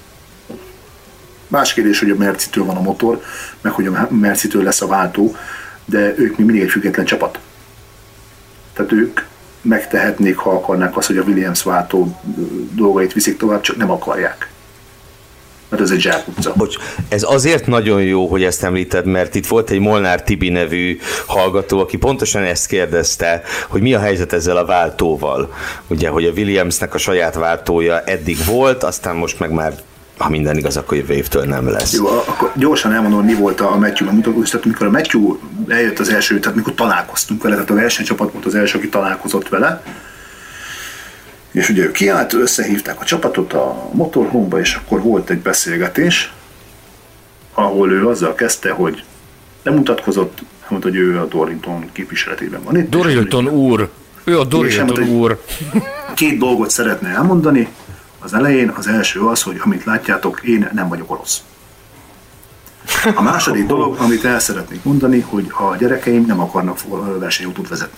Más kérdés, hogy a Mercitől van a motor, meg hogy a Mercitől lesz a váltó, de ők még mindig egy független csapat. Tehát ők megtehetnék, ha akarnák azt, hogy a Williams váltó dolgait viszik tovább, csak nem akarják. Mert ez egy zsákutca. Bocs, ez azért nagyon jó, hogy ezt említed, mert itt volt egy Molnár Tibi nevű hallgató, aki pontosan ezt kérdezte, hogy mi a helyzet ezzel a váltóval. Ugye, hogy a Williamsnek a saját váltója eddig volt, aztán most meg már, ha minden igaz, akkor jövő évtől nem lesz. Jó, akkor gyorsan elmondom, mi volt a Matthew-ban mutató, tehát amikor a Matthew eljött az első, tehát mikor találkoztunk vele, tehát a versenycsapat volt az első, aki találkozott vele, és ugye ő kiállt, összehívták a csapatot a motorhome-ba, és akkor volt egy beszélgetés, ahol ő azzal kezdte, hogy mutatkozott, mondta, hogy ő a Dorrington képviseletében van itt. Dorrington úr! Ő a Dorrington úr! Két dolgot szeretne elmondani. Az elején az első az, hogy amit látjátok, én nem vagyok orosz. A második dolog, amit el szeretnék mondani, hogy a gyerekeim nem akarnak versenyautót vezetni.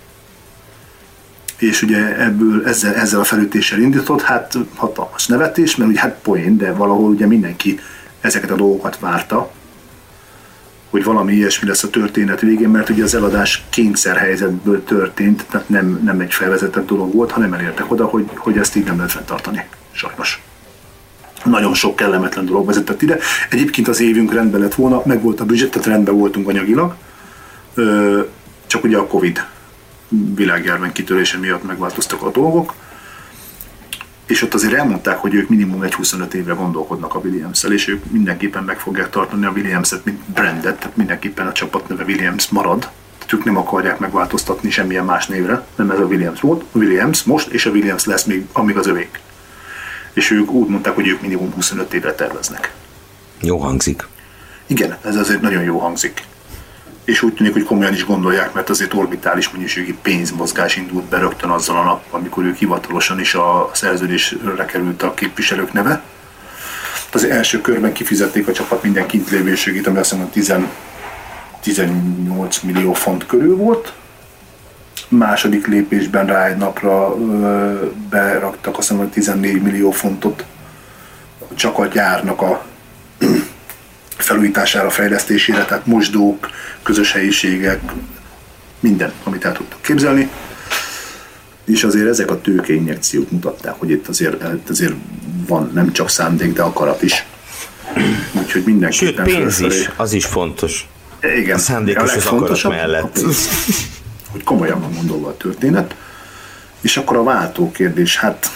És ugye ebből ezzel, ezzel a felütéssel indított, hát hatalmas nevetés, mert ugye hát poén, de valahol ugye mindenki ezeket a dolgokat várta, hogy valami ilyesmi lesz a történet végén, mert ugye az eladás kényszerhelyzetből történt, tehát nem, nem egy felvezetett dolog volt, hanem elértek oda, hogy, hogy ezt így nem lehet fenntartani. Sajnos. Nagyon sok kellemetlen dolog vezetett ide. Egyébként az évünk rendben lett volna, meg volt a büdzsét, tehát rendben voltunk anyagilag, csak ugye a Covid világjárvány kitörése miatt megváltoztak a dolgok, és ott azért elmondták, hogy ők minimum egy huszonöt évre gondolkodnak a Williams-szel, és ők mindenképpen meg fogják tartani a Williams-et, mint brandet, tehát mindenképpen a csapatneve Williams marad, tehát ők nem akarják megváltoztatni semmilyen más névre, nem ez a Williams volt, a Williams most, és a Williams lesz még, amíg az övék. És ők úgy mondták, hogy ők minimum huszonöt évre terveznek. Jó hangzik. Igen, ez azért nagyon jó hangzik. És úgy tűnik, hogy komolyan is gondolják, mert azért orbitális mennyiségű pénzmozgás indult be rögtön azzal a nap, amikor ők hivatalosan is a szerződésre került a képviselők neve. Az első körben kifizették a csapat minden kintlévőségét, ami azt hiszem tizennyolc millió font körül volt. Második lépésben rá egy napra ö, beraktak azt hiszem tizennégy millió fontot csak a gyárnak a felújítására, fejlesztésére, tehát mosdók, közös helyiségek, minden, amit el tudtak képzelni. És azért ezek a tőkeinjekciók mutatták, hogy itt azért, azért van nem csak szándék, de akarat is. Úgyhogy mindenképpen... Sőt, pénz felfelé. Is, az is fontos. Igen. A szándék és az akarat mellett. Pénz, hogy komolyan van gondolva a történet. És akkor a váltó kérdés, hát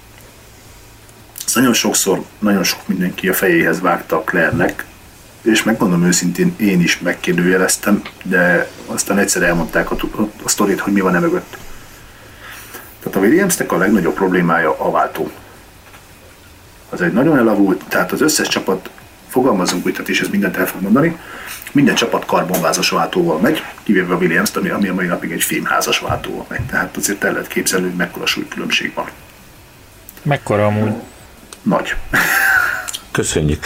ez nagyon sokszor, nagyon sok mindenki a fejéhez vágta a Claire-nek, és megmondom őszintén, én is megkérdőjeleztem, de aztán egyszer elmondták a, a sztorit, hogy mi van e mögött. Tehát a Williamsnek a legnagyobb problémája a váltó. Az egy nagyon elavult, tehát az összes csapat, fogalmazunk úgy, tehát és ez mindent el fog mondani, minden csapat karbonvázas váltóval megy, kivéve a Williams-t, ami, ami a mai napig egy fémházas váltóval megy. Tehát azért el lehet képzelni, hogy mekkora súlykülönbség van. Mekkora amúgy? Nagy. Köszönjük.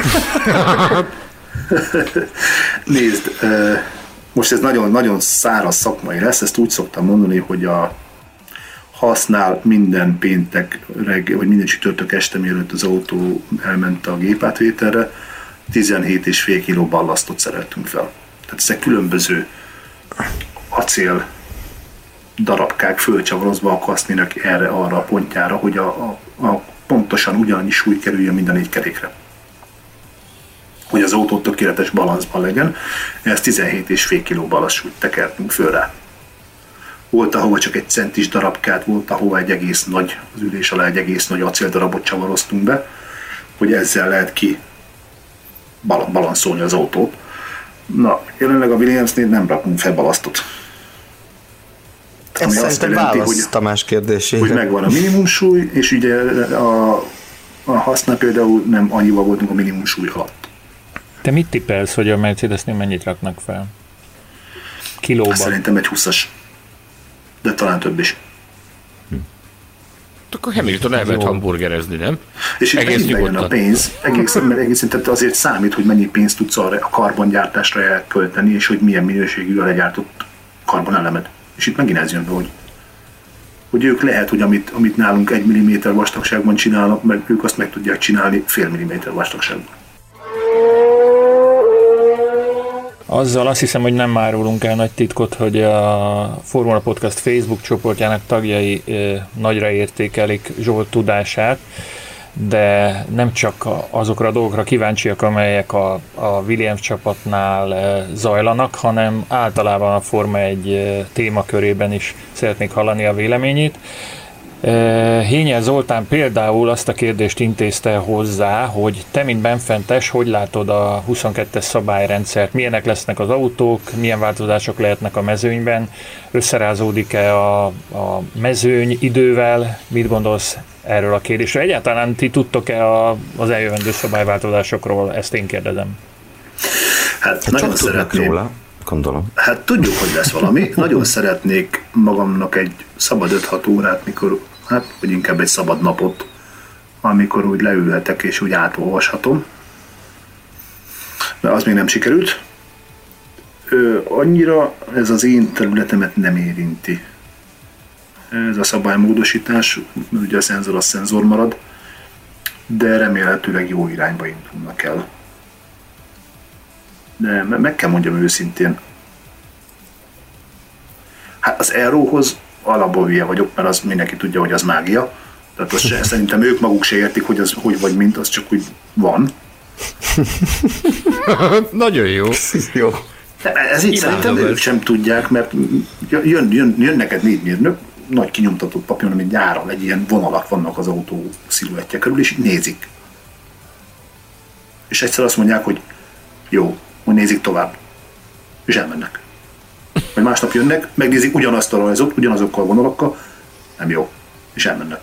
Nézd, most ez nagyon, nagyon száraz szakmai lesz, ezt úgy szoktam mondani, hogy a Haasnál minden péntek reggel, vagy minden csütörtök este, mielőtt az autó elment a gépátvételre, tizenhét és fél kiló ballasztot szereltünk fel. Tehát ezek különböző acél darabkák fölcsavarozva a kaszninak erre-arra a pontjára, hogy a, a, a pontosan ugyanannyi súly kerüljön mind a négy kerékre. Hogy az autó tökéletes balanszban legyen, ez tizenhét egész öt kiló balansúlyt tekertünk föl rá. Volt, ahova csak egy centis darabkát, volt, ahova egy egész nagy, az ülés alá egy egész nagy acéldarabot csavaroztunk be, hogy ezzel lehet ki balanszolni az autót. Na, jelenleg a Williamsnél nem rakunk fel balasztot. Ez szerintem válasz Tamás kérdésére. Hogy megvan a minimum súly, és ugye a, a használ például nem annyival voltunk a minimum súly alatt. Te mit tippelsz, hogy a Mercedesnél mennyit raknak fel? Kilóban? Szerintem egy húszas. De talán több is. Hm. Akkor Hamilton el lehet hamburgerezni, nem? És itt megint bejön a pénz, egészen, mert egészen tehát azért számít, hogy mennyi pénzt tudsz arra a karbongyártásra elkölteni, és hogy milyen minőségű a legyártott karbonelemed. És itt megint ez jön be, hogy, hogy ők lehet, hogy amit, amit nálunk egy milliméter vastagságban csinálnak, meg ők azt meg tudják csinálni fél milliméter vastagságban. Azzal azt hiszem, hogy nem árulunk el nagy titkot, hogy a Formula Podcast Facebook csoportjának tagjai eh, nagyra értékelik Zsolt tudását, de nem csak azokra a dolgokra kíváncsiak, amelyek a, a Williams csapatnál eh, zajlanak, hanem általában a Forma egy eh, témakörében is szeretnék hallani a véleményét. Hényel Zoltán például azt a kérdést intézte hozzá, hogy te, mint benfentes, hogy látod a huszonkettes szabályrendszert, milyenek lesznek az autók, milyen változások lehetnek a mezőnyben, összerázódik-e a, a mezőny idővel, mit gondolsz erről a kérdésről? Egyáltalán ti tudtok-e a, az eljövendő szabályváltozásokról, ezt én kérdezem. Hát, hát nagyon szeretném. Róla. Gondolom. Hát tudjuk, hogy lesz valami. Nagyon szeretnék magamnak egy szabad öt-hat órát, mikor, hát, vagy inkább egy szabad napot, amikor úgy leülhetek és úgy átolvashatom. De az még nem sikerült. Ö, annyira ez az én területemet nem érinti. Ez a szabálymódosítás, ugye a szenzor az szenzor marad, de remélhetőleg jó irányba indulnak el. De meg kell mondjam őszintén, hát az Aerohoz alapból hülye vagyok, mert az mindenki tudja, hogy az mágia. Tehát az se, szerintem ők maguk se értik, hogy az hogy vagy mint, az csak úgy van. Nagyon jó. Jó. De ez így szerintem ők sem tudják, mert jön, jön, jön neked négy mérnök, nagy kinyomtatott papíron, amit gyáron egy ilyen vonalak vannak az autó sziluettje körül, és így nézik. És egyszer azt mondják, hogy jó, hogy nézik tovább. És elmennek. Vagy másnap jönnek, megnézik ugyanazt a rajzot, ugyanazokkal a vonalakkal, nem jó. És elmennek.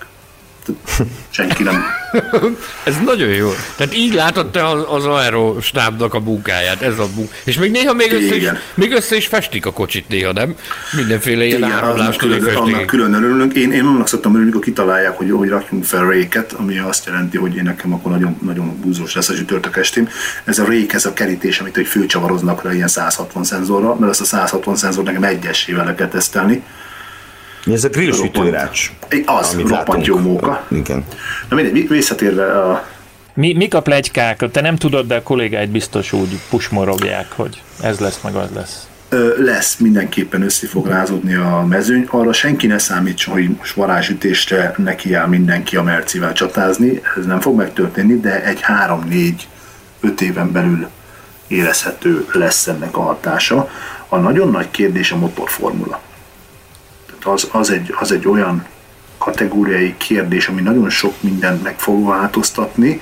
Senki nem. Ez nagyon jó. Tehát így látod te az, az aero stábnak a munkáját, ez a munka. És még néha még össze, is, még össze is festik a kocsit néha, nem? Mindenféle ilyen áramlást külön, annak külön örülünk. Én, én annak szoktam örülni, amikor kitalálják, hogy, hogy rakjunk fel réket, ami azt jelenti, hogy én nekem akkor nagyon, nagyon búzós lesz a csütörtök estém. Ez a rék, ez a kerítés, amit egy fölcsavaroznak le ilyen száz hatvan szenzorra, mert ezt a száz hatvan szenzor nekem egyesével le kell tesztelni. Ez a grillsütőrács. Az, roppant jó móka. Igen. Na mindegy, visszatérve a... Mi, mik a pletykák? Te nem tudod, de a kollégáid biztos úgy pusmorogják, hogy ez lesz, meg az lesz. Ö, lesz, mindenképpen össze fog rázódni a mezőny. Arra senki ne számítson, hogy most varázsütésre nekiáll mindenki a Mercivel csatázni. Ez nem fog megtörténni, de egy három-négy-öt éven belül érezhető lesz ennek a hatása. A nagyon nagy kérdés a motorformula. Az, az, egy, az egy olyan kategóriai kérdés, ami nagyon sok mindent meg fog változtatni,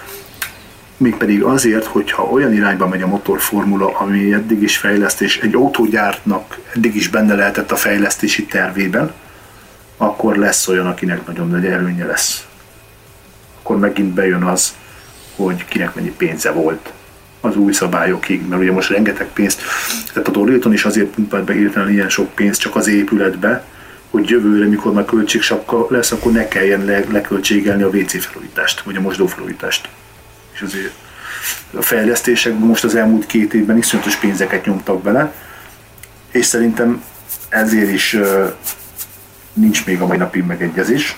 mégpedig azért, hogyha olyan irányba megy a motorformula, ami eddig is fejlesztés, egy autógyártnak eddig is benne lehetett a fejlesztési tervében, akkor lesz olyan, akinek nagyon nagy előnye lesz. Akkor megint bejön az, hogy kinek mennyi pénze volt az új szabályokig, mert ugye most rengeteg pénzt, tehát a Dorilton is azért pumpált be hirtelen ilyen sok pénzt csak az épületbe, hogy jövőre, mikor már költségsapka lesz, akkor ne kelljen le, leköltségelni a vé cé felújítást, vagy a mosdófelújítást. És azért a fejlesztésekben most az elmúlt két évben iszonyatos pénzeket nyomtak bele, és szerintem ezért is uh, nincs még a mai napig megegyezés,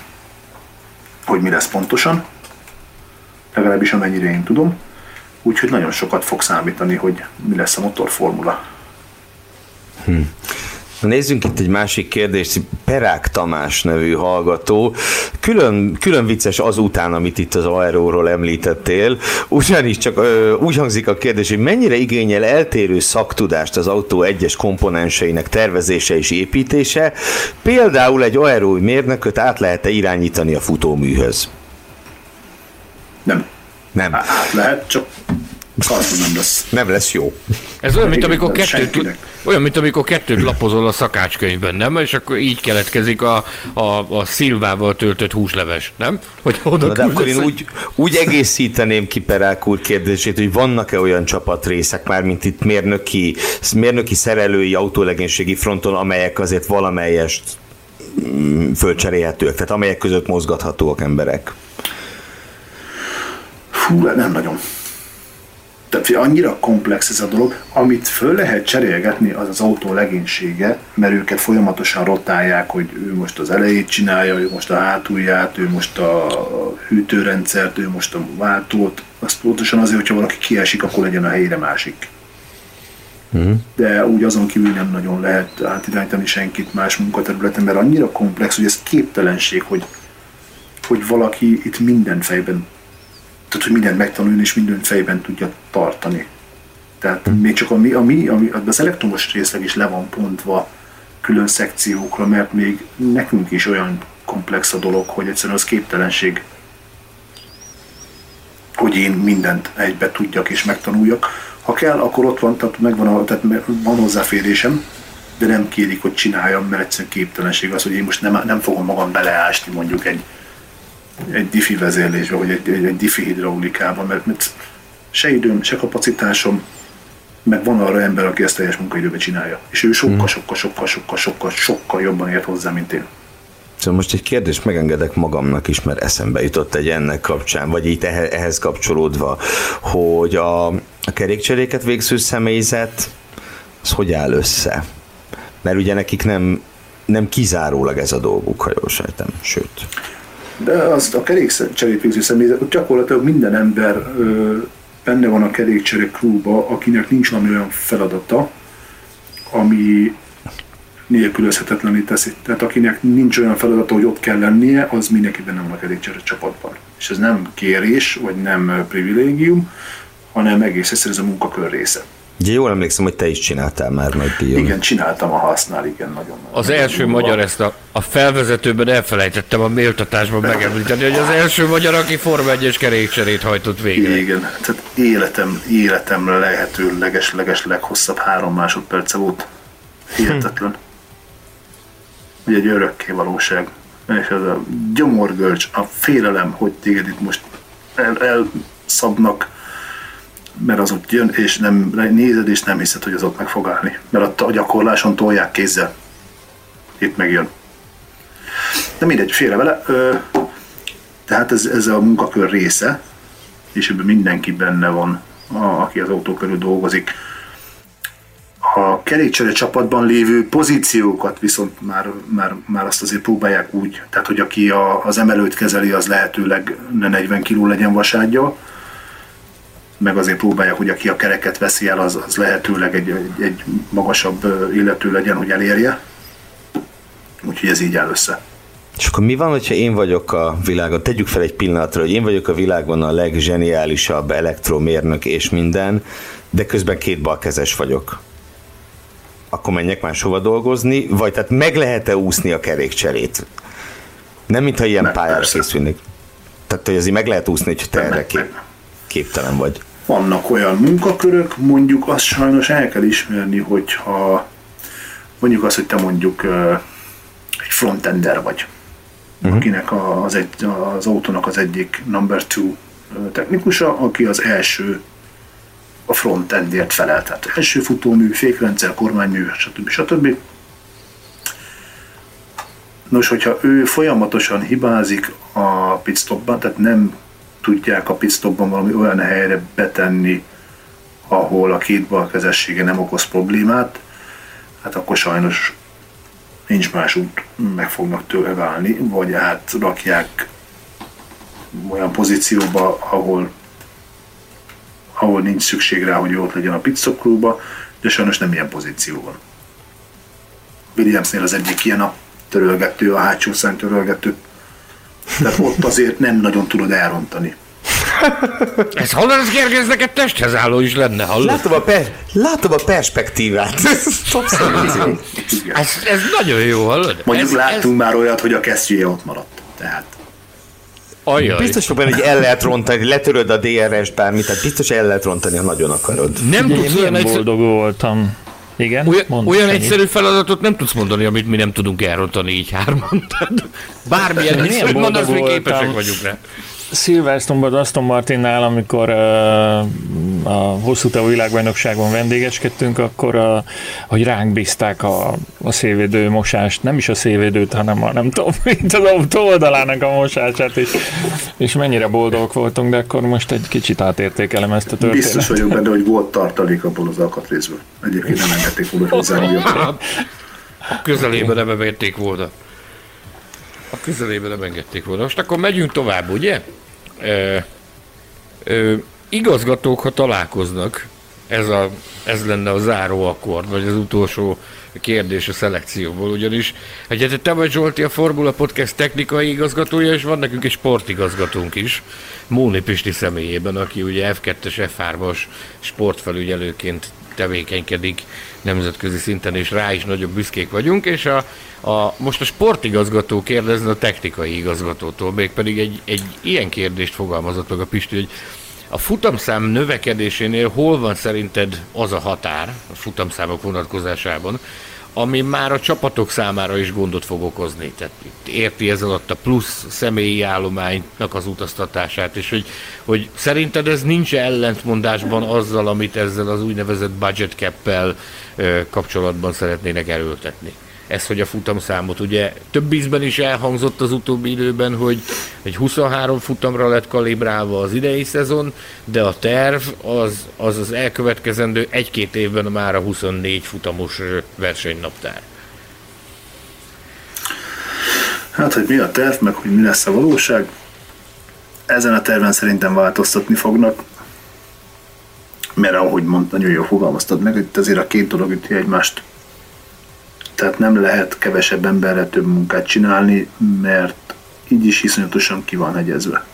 hogy mi lesz pontosan, legalábbis amennyire én tudom. Úgyhogy nagyon sokat fog számítani, hogy mi lesz a motorformula. Hm. Nézzünk itt egy másik kérdést. Perák Tamás nevű hallgató. Külön, külön vicces azután, amit itt az aeróról említettél. Ugyanis csak ö, úgy hangzik a kérdés, hogy mennyire igényel eltérő szaktudást az autó egyes komponenseinek tervezése és építése. Például egy aerói mérnököt át lehet-e irányítani a futóműhöz? Nem. Nem. Át lehet, csak karton nem lesz. Nem lesz jó. Ez olyan, mint amikor, Igen, kettőt, olyan, mint amikor kettőt lapozol a szakácskönyvben, nem? És akkor így keletkezik a, a, a szilvával töltött húsleves, nem? Hogy oda de akkor én úgy, úgy egészíteném ki Perák úr kérdését, hogy vannak-e olyan csapatrészek, már mint itt mérnöki, mérnöki szerelői, autólegénységi fronton, amelyek azért valamelyest fölcserélhetőek, tehát amelyek között mozgathatóak emberek? Fú, nem nagyon. Tehát annyira komplex ez a dolog, amit föl lehet cserélgetni, az az autó legénysége, mert őket folyamatosan rotálják, hogy ő most az elejét csinálja, ő most a hátulját, ő most a hűtőrendszert, ő most a váltót, azt pontosan azért, hogyha valaki kiesik, akkor legyen a helyére másik. Uh-huh. De úgy azon kívül nem nagyon lehet átirányítani senkit más munkaterületen, mert annyira komplex, hogy ez képtelenség, hogy, hogy valaki itt minden fejben, tehát hogy mindent megtanulni és mindent fejben tudja tartani. Tehát hmm. még csak a mi, a mi, ami, az elektromos részleg is le van pontva külön szekciókra, mert még nekünk is olyan komplex a dolog, hogy egyszerűen az képtelenség, hogy én mindent egybe tudjak és megtanuljak. Ha kell, akkor ott van, tehát, megvan a, tehát van hozzáférésem, de nem kérik, hogy csináljam, mert egyszerűen képtelenség az, hogy én most nem, nem fogom magam beleásni mondjuk egy egy diffi vezérlésbe, vagy egy, egy, egy diffi hidraulikában, mert, mert se időm, se kapacitásom, meg van arra ember, aki ezt teljes munkaidőben csinálja. És ő sokkal, sokkal, sokkal, sokkal, sokkal, sokkal jobban ért hozzá, mint én. Szóval most egy kérdést megengedek magamnak is, mert eszembe jutott egy ennek kapcsán, vagy itt ehhez kapcsolódva, hogy a, a kerékcseréket végző személyzet, az hogy áll össze? Mert ugye nekik nem, nem kizárólag ez a dolguk, ha jól sejtem, sőt. De az a kerékcserét végző személyzet, gyakorlatilag minden ember ö, benne van a kerékcsere crewba, akinek nincs valami olyan feladata, ami nélkülözhetetlenné teszi. Tehát akinek nincs olyan feladata, hogy ott kell lennie, az mindenki benne van a kerékcsere csapatban. És ez nem kérés, vagy nem privilégium, hanem egész egyszerűen ez a munkakör része. Ugye jól emlékszem, hogy te is csináltál már nagy díjon. Igen, csináltam a használ, igen, nagyon. Az nagyon első nagyon magyar, ezt a, a felvezetőben elfelejtettem a méltatásban megemlíteni, hogy az első magyar, aki Forma egyes kerékcserét hajtott végre. Igen, tehát életem, életem lehető leges-leges leghosszabb három másodperce volt. Hihetetlen. Hm. Ugye egy örökké valóság. És ez a gyomorgörcs, a félelem, hogy téged itt most el, elszabnak, mert az ott jön, és nem nézed, és nem hiszed, hogy az ott meg fog állni. Mert a gyakorláson tolják kézzel. Itt megjön. De mindegy, félre vele. Tehát ez, ez a munkakör része, és ebben mindenki benne van, a, aki az autó körül dolgozik. A kerékcsere csapatban lévő pozíciókat viszont már, már, már azt azért próbálják úgy, tehát hogy aki a, az emelőt kezeli, az lehetőleg ne negyven kiló legyen vasárgya, meg azért próbálják, hogy aki a kereket veszi el, az, az lehetőleg egy, egy, egy magasabb illető legyen, hogy elérje. Úgyhogy ez így áll össze. És akkor mi van, hogyha én vagyok a világon, tegyük fel egy pillanatra, hogy én vagyok a világon a legzseniálisabb elektromérnök és minden, de közben két balkezes vagyok. Akkor menjek máshova dolgozni, vagy tehát meg lehet-e úszni a kerékcserét? Nem, mintha ilyen pályára készülnék. Tehát, hogy azért meg lehet úszni, hogyha te erre kép, képtelen vagy. Vannak olyan munkakörök, mondjuk azt sajnos el kell ismerni, hogyha mondjuk azt, hogy te mondjuk egy frontender vagy, uh-huh. akinek az, egy, az autónak az egyik number two technikusa, aki az első a frontendért felel, tehát első futómű, fékrendszer, kormánymű, stb. stb. Nos, hogyha ő folyamatosan hibázik a pitstopban, tehát nem tudják a pitstopban valami olyan helyre betenni, ahol a két balkezessége nem okoz problémát, hát akkor sajnos nincs más út, meg fognak tőle válni, vagy átrakják olyan pozícióba, ahol, ahol nincs szükség rá, hogy ott legyen a pitstop crewba, de sajnos nem ilyen pozíció van. Williamsnél az egyik ilyen a törölgető, a hátsó szárny törölgető. Tehát ott azért nem nagyon tudod elrontani. Ez honnan az Gergely, ez neked testhez álló is lenne, hallod? Látom a, per, látom a perspektívát. ez, ez nagyon jó, hallod? Mondjuk ez, láttunk ez... már olyat, hogy a kesztyűje ott maradt. Tehát... Ajaj. Biztos, hogy el lehet rontani, letöröd a dé er es-t bármit, tehát biztos el lehet rontani, ha nagyon akarod. Nem Én tudsz milyen olyan boldog egyszer... voltam. Igen? Olyan, olyan egyszerű feladatot nem tudsz mondani, amit mi nem tudunk elrontani így hárman. Bármilyen egyszerű mondasz, mi képesek vagyunk rá. Silverstone-ban Aston Martinnál, amikor uh, a hosszú távú világbajnokságon vendégeskedtünk, akkor uh, hogy ránk bízták a, a szélvédő mosást, nem is a szélvédőt, hanem a, nem tudom, mint az autó oldalának a mosását, és, és mennyire boldogok voltunk, de akkor most egy kicsit átértékelem ezt a történetet. Biztos vagyok benne, hogy volt tartalék abból az alkatrészből. Egyébként nem engedték volna hozzá. A közelében nem engedték volna. A közelében nem engedték volna. Most akkor megyünk tovább, ugye? Ö, ö, igazgatók, ha találkoznak, ez, a, ez lenne a záró akkord, vagy az utolsó kérdés a szelekcióból, ugyanis hát te vagy Zsolti a Formula Podcast technikai igazgatója, és van nekünk egy sportigazgatónk is, Móni Pisti személyében, aki ugye ef kettes, ef hármas sportfelügyelőként tevékenykedik nemzetközi szinten, és rá is nagyobb büszkék vagyunk, és a, a, most a sportigazgató kérdezne a technikai igazgatótól, mégpedig egy, egy ilyen kérdést fogalmazott meg a Pisti, hogy a futamszám növekedésénél hol van szerinted az a határ a futamszámok vonatkozásában, ami már a csapatok számára is gondot fog okozni. Tehát érti ez alatt a plusz személyi állománynak az utaztatását, és hogy, hogy szerinted ez nincs ellentmondásban azzal, amit ezzel az úgynevezett budget cap-pel kapcsolatban szeretnének erőltetni. Ez, hogy a futamszámot, ugye több ízben is elhangzott az utóbbi időben, hogy egy huszonhárom futamra lett kalibrálva az idei szezon, de a terv az az, az elkövetkezendő egy-két évben már a huszonnégy futamos versenynaptár. Hát, hogy mi a terv, meg hogy mi lesz a valóság, ezen a terven szerintem változtatni fognak, mert ahogy mondta, nagyon jól fogalmaztad meg, hogy azért a két dolog üti egymást. Tehát nem lehet kevesebb emberre több munkát csinálni, mert így is iszonyatosan ki van hegyezve.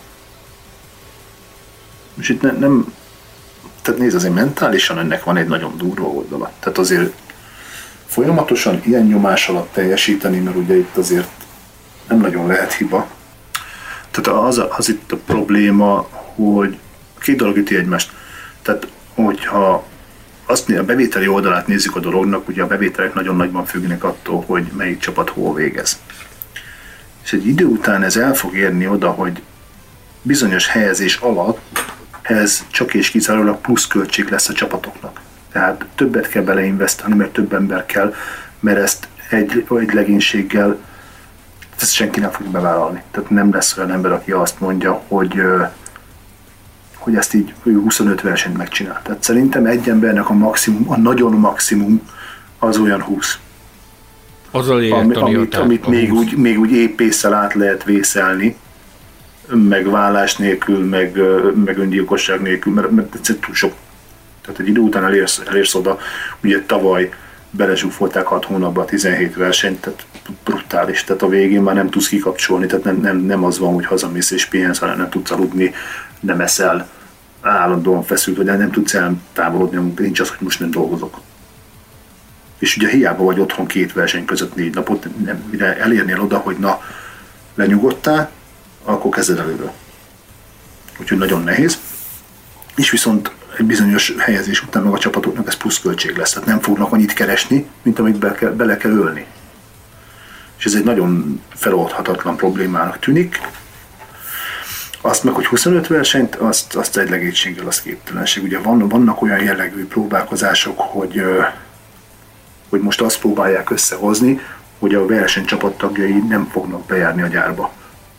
És itt ne, nem... Tehát nézd, azért mentálisan ennek van egy nagyon durva oldala. Tehát azért folyamatosan ilyen nyomás alatt teljesíteni, mert ugye itt azért nem nagyon lehet hiba. Tehát az, az itt a probléma, hogy két dolog üti egymást. Tehát, hogyha azt a bevételi oldalát nézzük a dolognak, ugye a bevételek nagyon nagyban függnek attól, hogy melyik csapat hol végez. És egy idő után ez el fog érni oda, hogy bizonyos helyezés alatt ez csak és kizárólag plusz költség lesz a csapatoknak. Tehát többet kell beleinvestálni, mert több ember kell, mert ezt egy, egy legénységgel ezt senki nem fog bevállalni. Tehát nem lesz olyan ember, aki azt mondja, hogy hogy ezt így huszonöt versenyt megcsinál. Tehát szerintem egy embernek a maximum, a nagyon maximum az olyan húsz. Az a Ami, amit, amit még, úgy, még úgy épp ésszel át lehet vészelni, meg vállás nélkül, meg, meg öngyilkosság nélkül, mert, mert egyszerűen túl sok. Tehát egy idő után elérsz, elérsz oda, ugye tavaly belezsúfolták hat hónapban tizenhét versenyt, tehát brutális, tehát a végén már nem tudsz kikapcsolni, tehát nem, nem, nem az van, hogy hazamész és pihensz, hanem nem tudsz aludni, nem eszel, állandóan feszült, vagy nem tudsz eltávolodni, nincs az, hogy most nem dolgozok. És ugye hiába vagy otthon két verseny között négy napot, nem, mire elérnél oda, hogy na, lenyugodtál, akkor kezded előről. Úgyhogy nagyon nehéz. És viszont egy bizonyos helyezés után meg a csapatoknak ez plusz költség lesz, tehát nem fognak annyit keresni, mint amit be kell, bele kell ölni. És ez egy nagyon feloldhatatlan problémának tűnik. Azt meg, hogy huszonöt versenyt, azt, azt egy legénységgel az képtelenség. Ugye van, vannak olyan jellegű próbálkozások, hogy, hogy most azt próbálják összehozni, hogy a versenycsapat tagjai nem fognak bejárni a gyárba.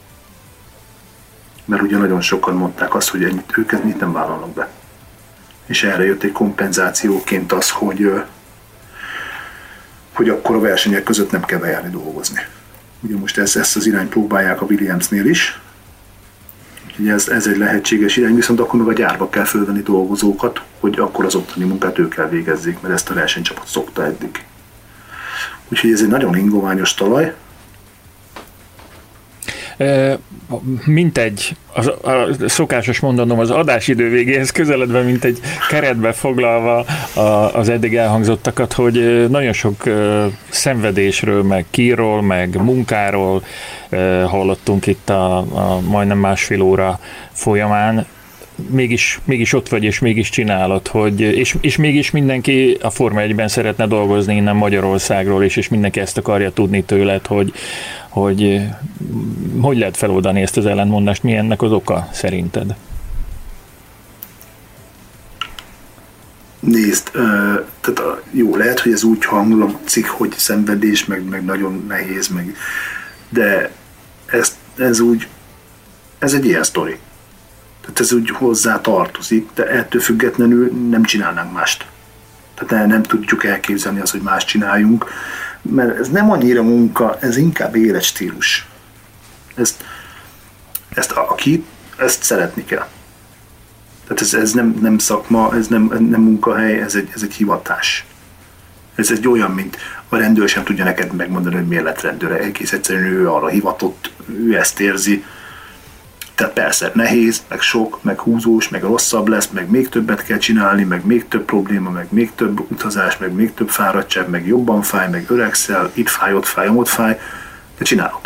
Mert ugye nagyon sokan mondták azt, hogy ennyit, ők ennyit nem vállalnak be. És erre jött egy kompenzációként az, hogy, hogy akkor a versenyek között nem kell bejárni dolgozni. Ugye most ezt, ezt az irányt próbálják a Williamsnél is, úgyhogy ez, ez egy lehetséges irány, viszont akkor meg a gyárba kell fölvenni dolgozókat, hogy akkor az ottani munkát ők elvégezzék, mert ezt a versenycsapat szokta eddig. Úgyhogy ez egy nagyon ingoványos talaj. Mint egy, az, a szokásos mondanom, az adásidő végéhez közeledve, mint egy keretbe foglalva a, az eddig elhangzottakat, hogy nagyon sok szenvedésről, meg kírról, meg munkáról hallottunk itt a, a majdnem másfél óra folyamán. Mégis, mégis ott vagy, és mégis csinálod, hogy, és, és mégis mindenki a Forma egyben szeretne dolgozni innen Magyarországról, és, és mindenki ezt akarja tudni tőled, hogy, hogy hogy lehet feloldani ezt az ellentmondást, mi ennek az oka szerinted? Nézd, tehát jó, lehet, hogy ez úgy hangzik, hogy szenvedés, meg, meg nagyon nehéz, meg, de ez, ez úgy, ez egy ilyen sztori. Tehát ez úgy hozzá tartozik, de ettől függetlenül nem csinálnánk mást. Tehát nem tudjuk elképzelni azt, hogy más csináljunk, mert ez nem annyira munka, ez inkább életstílus. Ezt, ezt aki, ezt szeretni kell. Tehát ez, ez nem, nem szakma, ez nem, nem munkahely, ez egy, ez egy hivatás. Ez egy olyan, mint a rendőr sem tudja neked megmondani, hogy miért lett rendőr. Egész egyszerűen ő arra hivatott, ő ezt érzi. Tehát persze nehéz, meg sok, meg húzós, meg rosszabb lesz, meg még többet kell csinálni, meg még több probléma, meg még több utazás, meg még több fáradtság, meg jobban fáj, meg öregszel, itt fáj, ott fáj, ott fáj, de csinálod.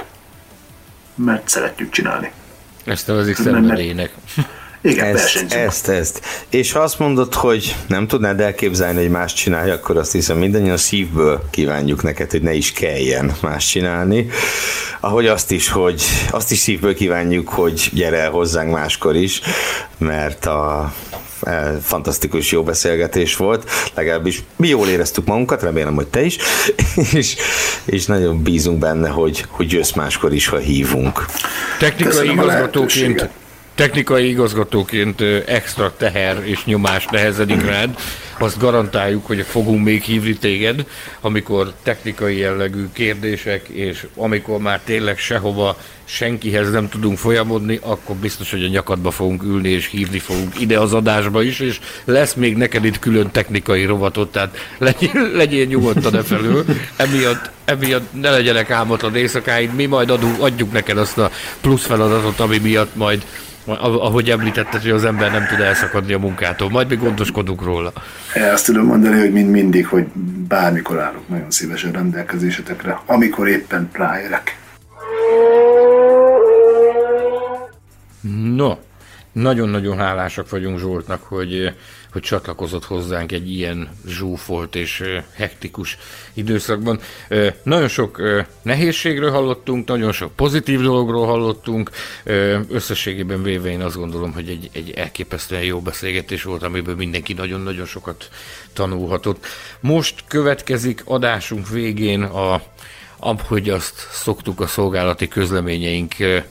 Mert szeretjük csinálni. Ezt nevezik szenvedélynek. Igen, ezt, versenyzünk. Ezt, ezt. És ha azt mondod, hogy nem tudnád elképzelni, hogy más csinálja, akkor azt hiszem mindannyian szívből kívánjuk neked, hogy ne is kelljen más csinálni. Ahogy azt is, hogy azt is szívből kívánjuk, hogy gyere el hozzánk máskor is, mert a fantasztikus jó beszélgetés volt, legalábbis mi jól éreztük magunkat, remélem, hogy te is, és, és nagyon bízunk benne, hogy, hogy jössz máskor is, ha hívunk. Technikai igazgatóként Technikai igazgatóként extra teher és nyomás nehezedik rád. Azt garantáljuk, hogy fogunk még hívni téged, amikor technikai jellegű kérdések, és amikor már tényleg sehova senkihez nem tudunk folyamodni, akkor biztos, hogy a nyakadba fogunk ülni, és hívni fogunk ide az adásba is, és lesz még neked itt külön technikai rovatot, tehát legyél, legyél nyugodtan e felől, emiatt, emiatt ne legyenek álmatlan éjszakáid, mi majd adunk, adjuk neked azt a plusz feladatot, ami miatt majd, ahogy említetted, hogy az ember nem tud elszakadni a munkától. Majd mi gondoskodunk róla. Én azt tudom mondani, hogy mind mindig, hogy bármikor állok nagyon szívesen rendelkezésetekre, amikor éppen ráérek. No, nagyon-nagyon hálásak vagyunk Zsoltnak, hogy, hogy csatlakozott hozzánk egy ilyen zsúfolt és hektikus időszakban. Nagyon sok nehézségről hallottunk, nagyon sok pozitív dologról hallottunk. Összességében véve én azt gondolom, hogy egy, egy elképesztően jó beszélgetés volt, amiből mindenki nagyon-nagyon sokat tanulhatott. Most következik adásunk végén, a, ahogy azt szoktuk a szolgálati közleményeink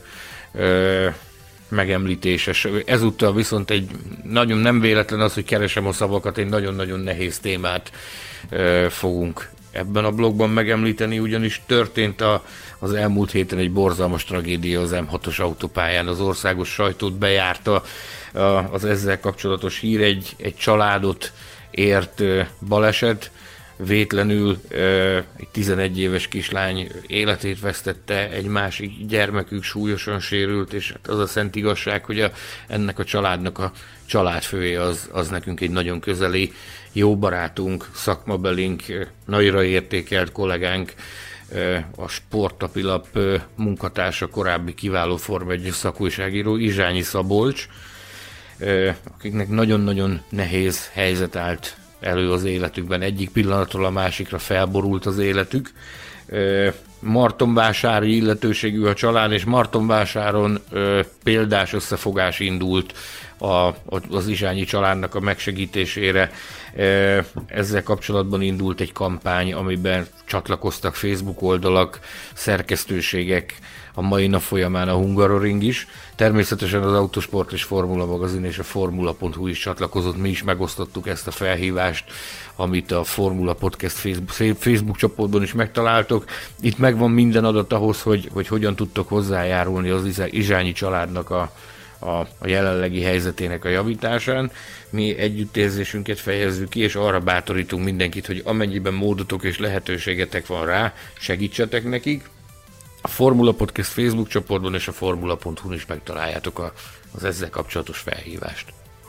megemlítéses. Ezúttal viszont egy nagyon nem véletlen az, hogy keresem a szavakat, egy nagyon-nagyon nehéz témát e, fogunk ebben a blogban megemlíteni, ugyanis történt a, az elmúlt héten egy borzalmas tragédia az em hatos autópályán, az országos sajtót bejárta a, az ezzel kapcsolatos hír, egy, egy családot ért e, baleset, vétlenül egy tizenegy éves kislány életét vesztette, egy másik gyermekük súlyosan sérült, és hát az a szent igazság, hogy a, ennek a családnak a családfője az, az nekünk egy nagyon közeli jó barátunk, szakmabelink, nagyra értékelt kollégánk, a Sportapilap munkatársa, korábbi kiváló Forma egy szakújságíró, Izsányi Szabolcs, akiknek nagyon-nagyon nehéz helyzet állt elő az életükben. Egyik pillanatról a másikra felborult az életük. Martonvásári illetőségű a család, és Martonvásáron példás összefogás indult a, az Izsányi családnak a megsegítésére. Ezzel kapcsolatban indult egy kampány, amiben csatlakoztak Facebook oldalak, szerkesztőségek, a mai nap folyamán a Hungaroring is. Természetesen az Autosport és Formula magazin és a formula pont hu is csatlakozott, mi is megosztottuk ezt a felhívást, amit a Formula Podcast Facebook, Facebook csoportban is megtaláltok. Itt megvan minden adat ahhoz, hogy, hogy hogyan tudtok hozzájárulni az Izsányi családnak a, a, a jelenlegi helyzetének a javításán. Mi együttérzésünket fejezzük ki, és arra bátorítunk mindenkit, hogy amennyiben módotok és lehetőségetek van rá, segítsetek nekik. A Formula Podcast Facebook csoportban és a formula pont hu-n is megtaláljátok a, az ezzel kapcsolatos felhívást.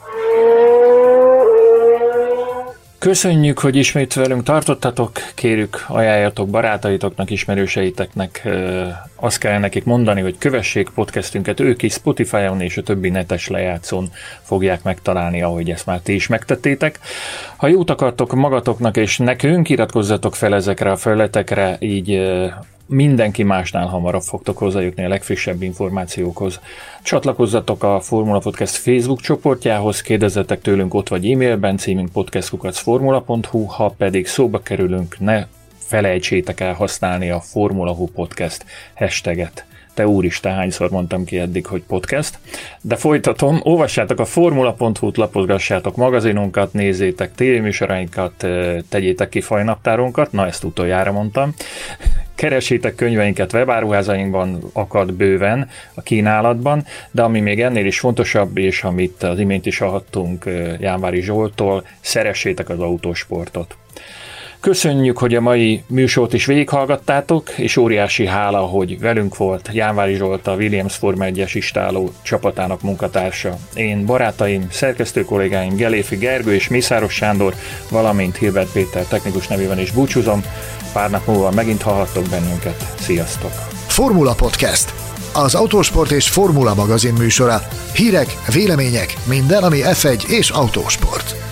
Köszönjük, hogy ismét velünk tartottatok, kérjük, ajánljatok barátaitoknak, ismerőseiteknek, azt kell nekik mondani, hogy kövessék podcastünket, ők is Spotify-on és a többi netes lejátszón fogják megtalálni, ahogy ezt már ti is megtettétek. Ha jót akartok magatoknak és nekünk, iratkozzatok fel ezekre a felületekre, így mindenki másnál hamarabb fogtok hozzájutni a legfrissebb információkhoz. Csatlakozzatok a Formula Podcast Facebook csoportjához, kérdezzetek tőlünk ott vagy e-mailben, címünk podcast kukac formula pont hu, ha pedig szóba kerülünk, ne felejtsétek el használni a Formula Hu Podcast hashtaget. Te úristen, hányszor mondtam ki eddig, hogy podcast. De folytatom, olvassátok a formula pont hu-t, lapozgassátok magazinunkat, nézzétek tévéműsorainkat, tegyétek ki fajnaptárunkat, na ezt utoljára mondtam. Keresétek könyveinket webáruházainkban, akad bőven a kínálatban, de ami még ennél is fontosabb, és amit az imént is hallhattunk Jánvári Zsolttól, szeressétek az autósportot. Köszönjük, hogy a mai műsort is végighallgattátok, és óriási hála, hogy velünk volt Jánvári Zsolt, a Williams Forma egyes istáló csapatának munkatársa. Én, barátaim, szerkesztő kollégáim Geléfi Gergő és Mészáros Sándor, valamint Hilbert Péter technikus nevében is búcsúzom. Pár nap múlva megint hallhattok bennünket. Sziasztok! Formula Podcast, az autósport és formula magazin műsora. Hírek, vélemények, minden, ami ef egy és autósport.